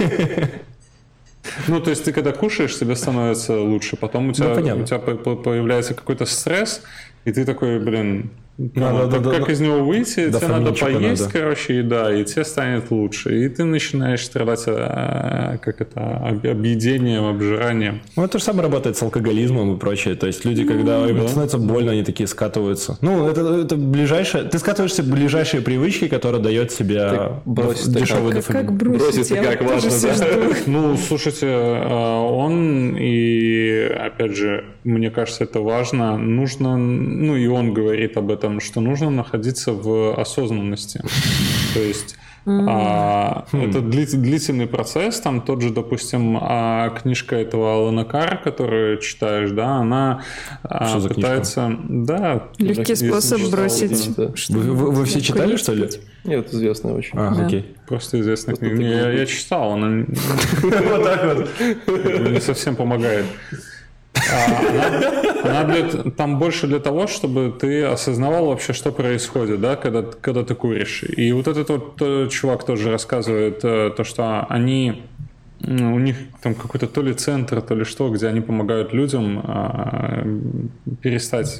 Ну, то есть ты когда кушаешь, тебе становится лучше, потом у тебя появляется какой-то стресс, и ты такой, блин, как из него выйти, тебе надо поесть, короче, и тебе станет лучше. И ты начинаешь страдать объедением, обжиранием. Ну, это же самое работает с алкоголизмом и прочее. То есть люди, когда им становится больно, они такие скатываются. Ну, это ближайшее... Ты скатываешься в ближайшие привычки, которые дает тебе дешевый дофамин. Как бросить? Бросить-то как важно, да. Ну, слушайте, он и, опять же, мне кажется, это важно. Нужно, ну, и он говорит об этом, что нужно находиться в осознанности. То есть это длительный процесс. Там тот же, допустим, книжка этого Алана Карра, которую читаешь, да, она пытается... Да, легкий способ бросить. Вы все читали, что ли? Нет, известная очень. Окей. Просто известная книга. Я читал, она Вот так вот. не совсем помогает. Там больше для того, чтобы ты осознавал вообще, что происходит, да, когда ты куришь. И вот этот вот чувак тоже рассказывает то, что они, у них там какой-то то ли центр, то ли что, где они помогают людям перестать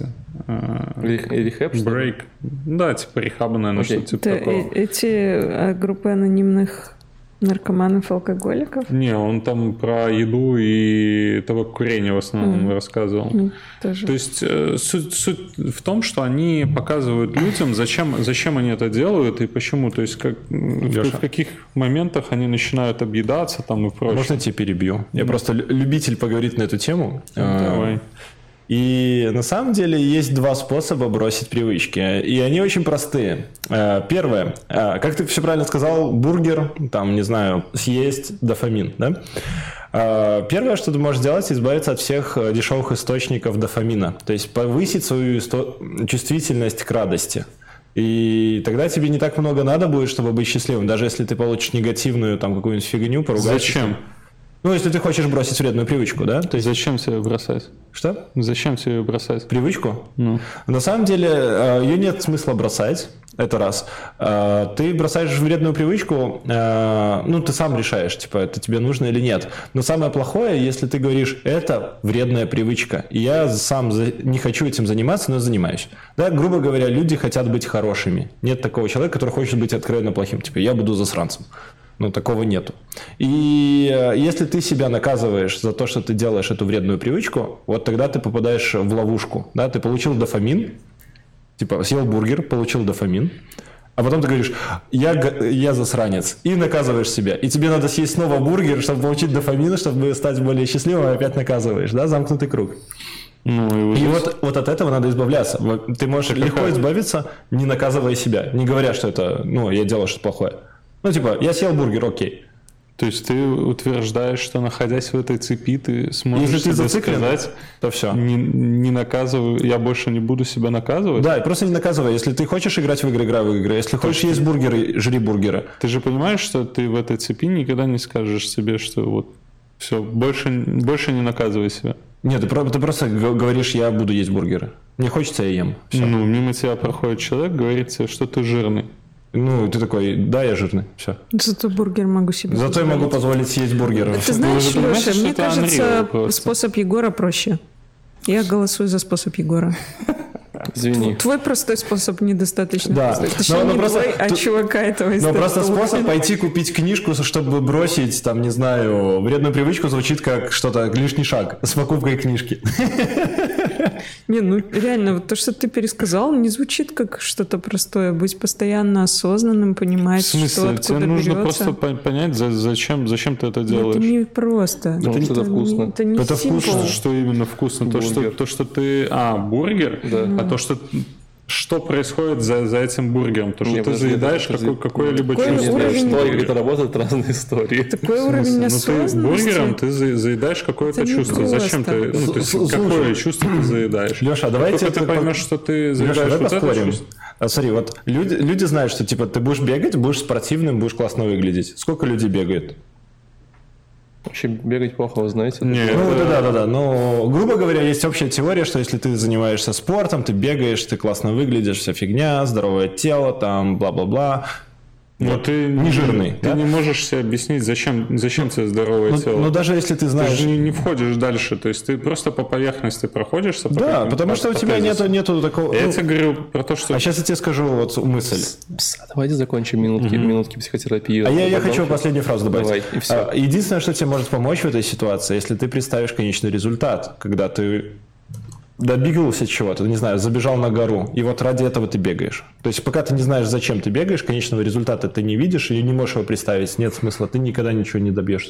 рехаб, брейк. Да, типа рехаба, наверное, что-то типа такого. Эти группы анонимных наркоманов, алкоголиков? Не, он там про еду и табакокурение в основном рассказывал. Тоже. То есть суть в том, что они показывают людям, зачем они это делают и почему. То есть в каких моментах они начинают объедаться там и прочее. Можно я тебя перебью? Я просто любитель поговорить на эту тему. Давай. И на самом деле есть два способа бросить привычки, и они очень простые. Первое, как ты все правильно сказал, бургер, там, не знаю, съесть дофамин, да? Первое, что ты можешь сделать, избавиться от всех дешевых источников дофамина, то есть повысить свою чувствительность к радости. И тогда тебе не так много надо будет, чтобы быть счастливым, даже если ты получишь негативную там какую-нибудь фигню, поругаешься. Зачем? Ну, если ты хочешь бросить вредную привычку, да? То есть зачем себе бросать? Что? Зачем себе бросать? Привычку? Ну. На самом деле, ее нет смысла бросать, это раз. Ты бросаешь вредную привычку, ну, ты сам решаешь, типа, это тебе нужно или нет. Но самое плохое, если ты говоришь, это вредная привычка, и я сам не хочу этим заниматься, но занимаюсь. Да, грубо говоря, люди хотят быть хорошими. Нет такого человека, который хочет быть откровенно плохим. Типа, я буду засранцем. Ну, такого нету. И если ты себя наказываешь за то, что ты делаешь эту вредную привычку, вот тогда ты попадаешь в ловушку. Да? Ты получил дофамин, типа съел бургер, получил дофамин, а потом ты говоришь, я засранец, и наказываешь себя. И тебе надо съесть снова бургер, чтобы получить дофамин, чтобы стать более счастливым, и опять наказываешь. Да? Замкнутый круг. Ну, и вот от этого надо избавляться. Ты можешь легко избавиться, не наказывая себя, не говоря, что это, ну, я делаю что-то плохое. Ну, типа, я съел бургер, окей. То есть ты утверждаешь, что находясь в этой цепи, ты сможешь если ты себе зациклен, сказать, то все. Не наказываю, я больше не буду себя наказывать? Да, и просто не наказывай. Если ты хочешь играть в игры, играй в игры. Если хочешь есть бургеры, жри бургеры. Ты же понимаешь, что ты в этой цепи никогда не скажешь себе, что вот все, больше не наказывай себя. Нет, ты просто говоришь, я буду есть бургеры. Мне хочется, я ем. Все. Ну, мимо тебя проходит человек, говорит тебе, что ты жирный. Ну, ты такой, да, я жирный, все. Зато бургер могу себе Зато я могу позволить съесть бургер. Ты знаешь, Леша, мне кажется, способ Егора проще. Я голосую за способ Егора. Извини. Твой простой способ недостаточно. Да. Точнее, не твой, а чувака этого из Но просто способ пойти купить книжку, чтобы бросить, там, не знаю, вредную привычку, звучит как что-то, лишний шаг с покупкой книжки. Не, ну реально, вот то, что ты пересказал, не звучит как что-то простое. Быть постоянно осознанным, понимать, В смысле? что откуда Тебе нужно берется. просто понять, зачем ты это Это делаешь. не просто. Потому что это вкусно. Это не Это вкусно. simple. Что именно вкусно? То, что ты... бургер? Да. А то, что происходит за этим бургером? То, что Не, ты подожди, заедаешь подожди. какое-либо Такой чувство. уровень- История, как это работает, разные истории. Такой уровень Ну ты осознанности. бургером ты заедаешь какое-то Это не чувство. просто. Зачем ты? Ну, то есть, Слушай. какое чувство ты заедаешь? Леша, а давайте Только ты поймешь, что ты Леша, заедаешь давай вот это поспорим. чувство. Смотри, вот люди знают, что типа ты будешь бегать, будешь спортивным, будешь классно выглядеть. Сколько людей бегает? Вообще бегать плохо, вы знаете. Не, Ну, это- да. Но, грубо говоря, есть общая теория, что если ты занимаешься спортом, ты бегаешь, ты классно выглядишь, вся фигня, здоровое тело, там, бла-бла-бла. Но ты не жирный, Ты да? не можешь себе объяснить, зачем тебе здоровое тело. Но даже если ты Ты знаешь... же не входишь дальше, то есть ты просто по поверхности проходишься. Да, потому что у тебя нету такого... Я ну, тебе говорю про то, что... А сейчас я тебе скажу вот мысль. Давайте закончим минутки психотерапии. А я Потом- хочу последнюю фразу добавить. Давай, и всё. Единственное, что тебе может помочь в этой ситуации, если ты представишь конечный результат, когда ты добегался чего-то, не знаю, забежал на гору, и вот ради этого ты бегаешь. То есть пока ты не знаешь, зачем ты бегаешь, конечного результата ты не видишь и не можешь его представить, нет смысла, ты никогда ничего не добьешься.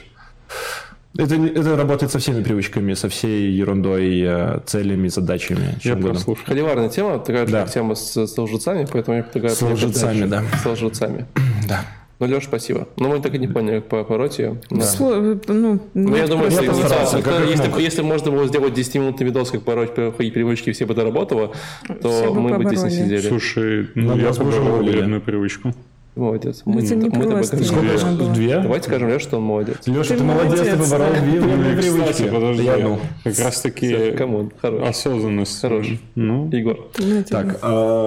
Это работает со всеми привычками, со всей ерундой, целями, задачами. Я чем угодно. прослушал. Холиварная тема, такая же Да. как тема с лжецами, поэтому я предлагаю... С лжецами, дальше. да. С лжецами. Да. Ну, Леш, спасибо. Но мы так и не поняли, как пороть ее. Да. Ну, Ну, я нет, думаю, просто я если, постарался, как мог. если можно было сделать 10-минутный видос, как пороть плохие привычки, и все бы это работало, то Все бы мы бы здесь не побороли. сидели. Слушай, Нам я вас бы уже поборол уволили. вредную привычку. Молодец. Это не мы просто. тобой гордимся. Сколько? было. Две? Давайте скажем, Леш, что он молодец. Леша, Ты ты молодец, ты молодец, поборол да. вредные привычки. Кстати, подожди, Я одну. как раз Всё, таки камон, хорош. осознанность. Хорош. Ну, Егор, Так,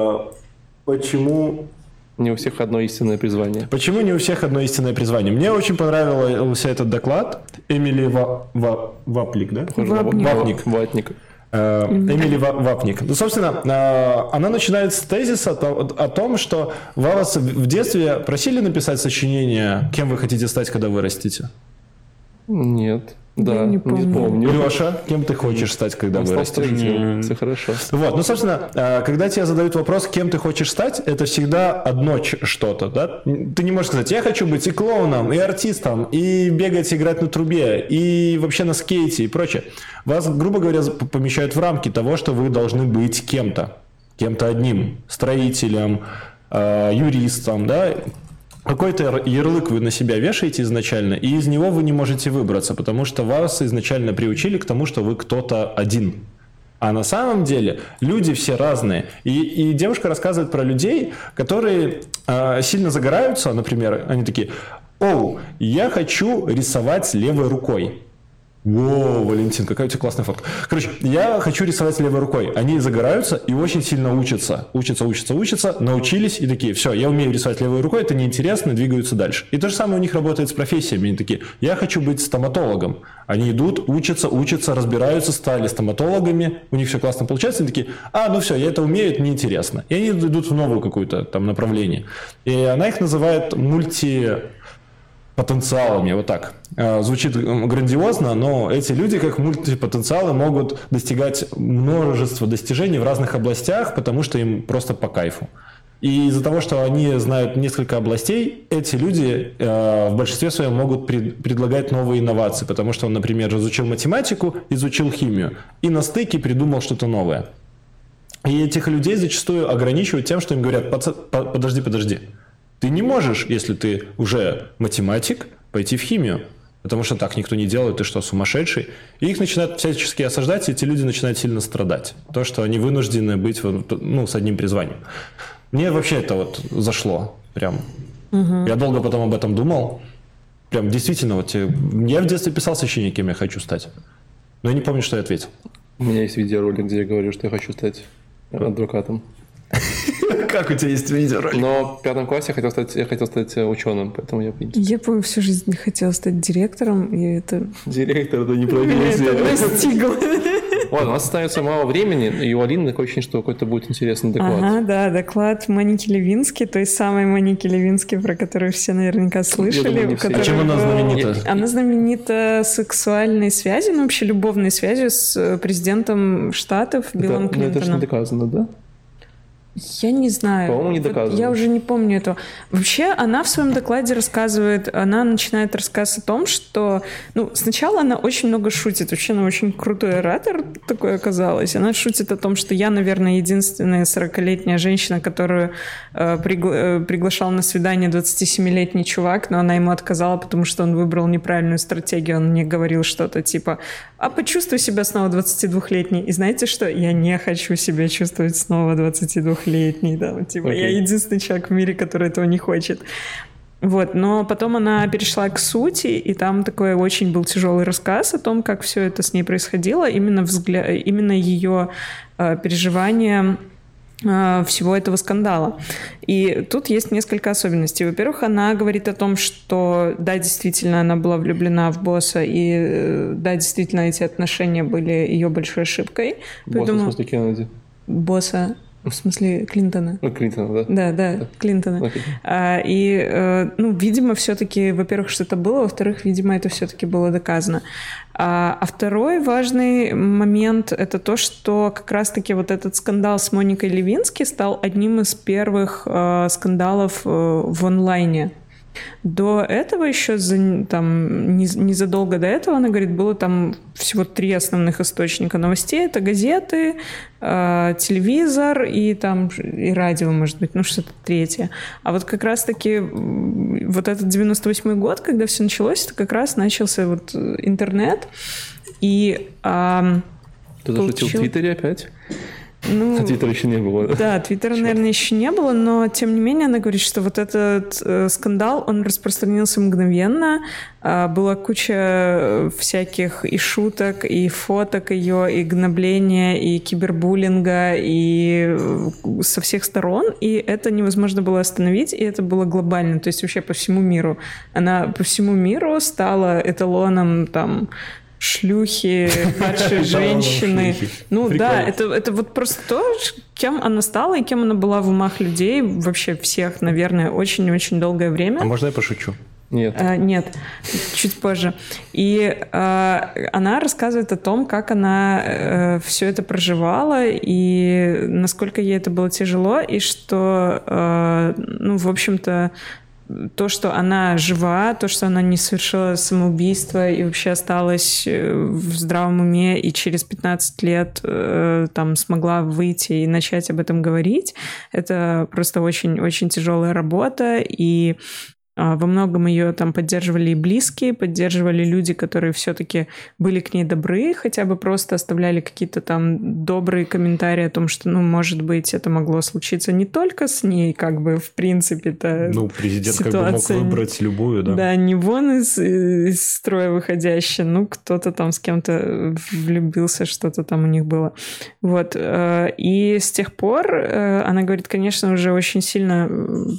почему не у всех одно истинное призвание. Почему не у всех одно истинное призвание? Мне очень понравился этот доклад Эмили Вапник, да? Похоже на Вапник. Ватник. Эмили Вапник. Ну, собственно, она начинает с тезиса о том, что вас в детстве просили написать сочинение, кем вы хотите стать, когда вырастете. Нет. Да, Я не не помню. помню. Леша, кем ты хочешь стать, когда Он стал вырастешь? строителем. Все хорошо. Вот, ну, собственно, когда тебе задают вопрос, кем ты хочешь стать, это всегда одно что-то, да? Ты не можешь сказать, я хочу быть и клоуном, и артистом, и бегать, играть на трубе, и вообще на скейте и прочее. Вас, грубо говоря, помещают в рамки того, что вы должны быть кем-то одним, строителем, юристом, да? Какой-то ярлык вы на себя вешаете изначально, и из него вы не можете выбраться, потому что вас изначально приучили к тому, что вы кто-то один. А на самом деле люди все разные. И девушка рассказывает про людей, которые сильно загораются, например, они такие: «Оу, я хочу рисовать левой рукой». Воу, Валентин, какая у тебя классная фотка. Короче, я хочу рисовать левой рукой. Они загораются и очень сильно учатся, научились и такие: все, я умею рисовать левой рукой, это неинтересно, двигаются дальше. И то же самое у них работает с профессиями. Они такие: я хочу быть стоматологом. Они идут, учатся, разбираются, стали стоматологами, у них все классно получается, они такие: ну все, я это умею, это неинтересно. И они идут в новую какую-то там направление. И она их называет потенциалами, вот так. Звучит грандиозно, но эти люди, как мультипотенциалы, могут достигать множества достижений в разных областях, потому что им просто по кайфу. И из-за того, что они знают несколько областей, эти люди в большинстве своем могут предлагать новые инновации, потому что он, например, изучил математику, изучил химию, и на стыке придумал что-то новое. И этих людей зачастую ограничивают тем, что им говорят: подожди. Ты не можешь, если ты уже математик, пойти в химию, потому что так никто не делает, ты что, сумасшедший? И их начинают всячески осаждать, и эти люди начинают сильно страдать. То, что они вынуждены быть с одним призванием. Мне вообще это вот зашло. Прям. Я долго потом об этом думал. Прям действительно, вот я в детстве писал сочинение, кем я хочу стать. Но я не помню, что я ответил. У меня есть видеоролик, где я говорю, что я хочу стать адвокатом. Как у тебя есть видеоролик? Но в 5 классе я хотел стать ученым, поэтому я принято. Я, помню, всю жизнь хотела стать директором, и это Директор, это не меня это профессия. настигло. Ладно, у нас остается мало времени, и у Алины такое ощущение, что какой-то будет интересный доклад. Ага, да, доклад Моники Левински, той самой Моники Левински, про которую все наверняка слышали. думаю, не все. которая Чем она знаменита? Она знаменита сексуальной связью, ну вообще любовной связью с президентом Штатов Биллом Это же не Клинтоном. доказано, да? Я не знаю. По-моему, не Вот доказано. я уже не помню этого. Вообще, она в своем докладе рассказывает, она начинает рассказ о том, что... Ну, сначала она очень много шутит. Вообще, она очень крутой оратор такой оказалась. Она шутит о том, что я, наверное, единственная 40-летняя женщина, которую приглашал на свидание 27-летний чувак, но она ему отказала, потому что он выбрал неправильную стратегию. Он мне говорил что-то типа, а почувствуй себя снова 22-летней. И знаете что? Я не хочу себя чувствовать снова 22-летней. Да, вот, типа, я единственный человек в мире, который этого не хочет. Вот, но потом она перешла к сути, и там такой очень был тяжелый рассказ о том, как все это с ней происходило, именно ее переживания всего этого скандала. И тут есть несколько особенностей. Во-первых, она говорит о том, что да, действительно, она была влюблена в босса, и да, действительно, эти отношения были ее большой ошибкой. Босса, в смысле, Кеннеди? Босса, в смысле Клинтона. Ну, Клинтона, да. Да, Клинтона. Okay. Ну, видимо, все-таки, во-первых, что-то было, во-вторых, видимо, это все-таки было доказано. А второй важный момент — это то, что как раз-таки вот этот скандал с Моникой Левински стал одним из первых скандалов в онлайне. До этого еще, незадолго до этого, она говорит, было там всего 3 основных источника новостей. Это газеты, телевизор и радио, может быть, что-то третье. А вот как раз-таки вот этот 98-й год, когда все началось, это как раз начался вот интернет. И ты зашутил в Твиттере опять? Ну, а Твиттера еще не было. Да, Твиттера, наверное, еще не было, но тем не менее она говорит, что вот этот скандал, он распространился мгновенно. Была куча всяких и шуток, и фоток ее, и гнобления, и кибербуллинга, и со всех сторон, и это невозможно было остановить, и это было глобально, то есть вообще по всему миру. Она по всему миру стала эталоном шлюхи, падшие женщины. Ну да, это вот просто то, кем она стала и кем она была в умах людей, вообще всех, наверное, очень-очень долгое время. А можно я пошучу? Нет. Нет, чуть позже. И она рассказывает о том, как она все это проживала и насколько ей это было тяжело, и что, в общем-то, то, что она жива, то, что она не совершила самоубийство и вообще осталась в здравом уме и через 15 лет смогла выйти и начать об этом говорить, это просто очень-очень тяжелая работа, и во многом ее поддерживали и близкие, поддерживали люди, которые все-таки были к ней добры, хотя бы просто оставляли какие-то добрые комментарии о том, что, может быть, это могло случиться не только с ней, в принципе-то. Президент ситуация, мог выбрать любую, да? Да, не вон из строя выходящий, кто-то с кем-то влюбился, что-то у них было. Вот. И с тех пор, она говорит, конечно, уже очень сильно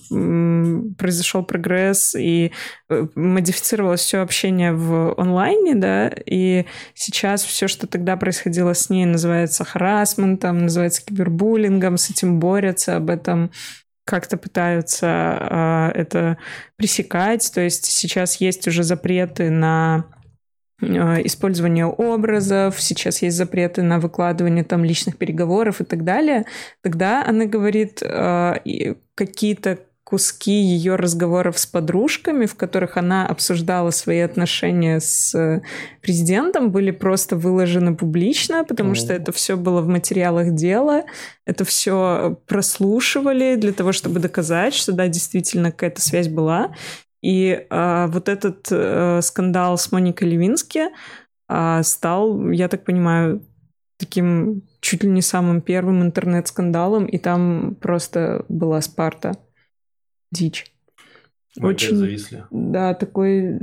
произошел прогресс, и модифицировалось все общение в онлайне, да, и сейчас все, что тогда происходило с ней, называется харассментом, называется кибербуллингом, с этим борются, об этом как-то пытаются это пресекать, то есть сейчас есть уже запреты на использование образов, сейчас есть запреты на выкладывание личных переговоров и так далее. Тогда она говорит, какие-то куски ее разговоров с подружками, в которых она обсуждала свои отношения с президентом, были просто выложены публично, потому что это все было в материалах дела, это все прослушивали для того, чтобы доказать, что да, действительно какая-то связь была. И вот этот скандал с Моникой Левински стал, я так понимаю, таким чуть ли не самым первым интернет-скандалом, и там просто была Спарта. Дичь. Мы очень зависли. Да, такой...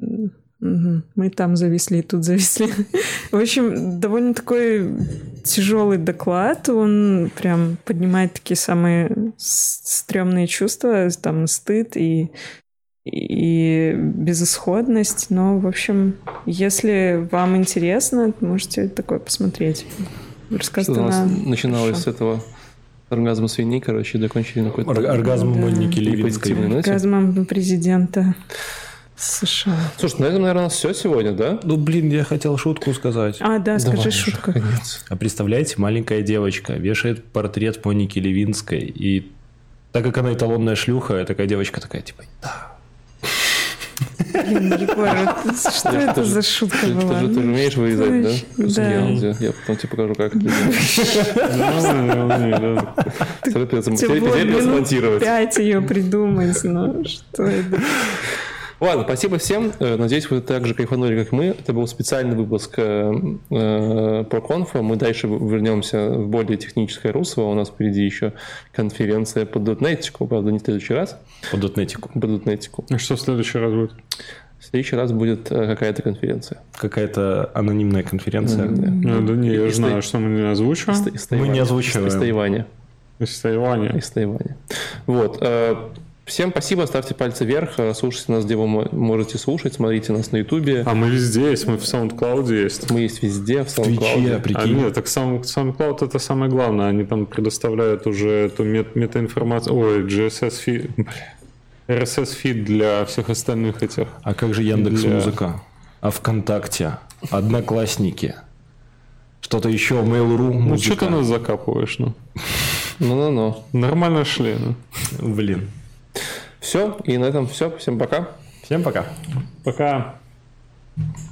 Мы там зависли и тут зависли. В общем, довольно такой тяжелый доклад. Он прям поднимает такие самые стрёмные чувства, стыд и и безысходность. Но, в общем, если вам интересно, можете такое посмотреть. Рассказ Что у нас начиналось с этого оргазма свиней, короче, и закончили на какой-то... Оргазм Моники Левинской. Оргазмом президента США. Слушай, на этом, наверное, все сегодня, да? Ну, блин, я хотел шутку сказать. Да, скажи шутку. А представляете, маленькая девочка вешает портрет Моники Левинской, и так как она эталонная шлюха, такая девочка такая, типа, да. Блин, Егор, что это за шутка была? Ты же умеешь вырезать, да? Да. Я потом тебе покажу, как это делать. Тебе было минут 5 ее придумать, но что это? Ладно, спасибо всем. Надеюсь, вы так же кайфанули, как мы. Это был специальный выпуск ProConf. Мы дальше вернемся в более техническое русло. У нас впереди еще конференция по .NET, правда, не в следующий раз. По .NET. По .NET. А что в следующий раз будет? В следующий раз будет какая-то конференция. Какая-то анонимная конференция. Да не, я знаю, что мы не озвучиваем. Мы не озвучиваем. Из Тайваня. Из Тайваня. Вот. Всем спасибо, ставьте пальцы вверх, слушайте нас, где вы можете слушать, смотрите нас на Ютубе. А мы везде есть, мы в SoundCloud есть. Мы есть везде, в SoundCloud. Твиче, прикинь. Нет, так SoundCloud это самое главное, они там предоставляют уже эту метаинформацию, GSS-фид, RSS-фид для всех остальных этих. А как же Яндекс.Музыка? А ВКонтакте? Одноклассники? Что-то еще? Mail.ru? Ну, что ты нас закапываешь, ну? Ну. Нормально шли, ну. Блин. Все, и на этом все. Всем пока. Всем пока. Пока.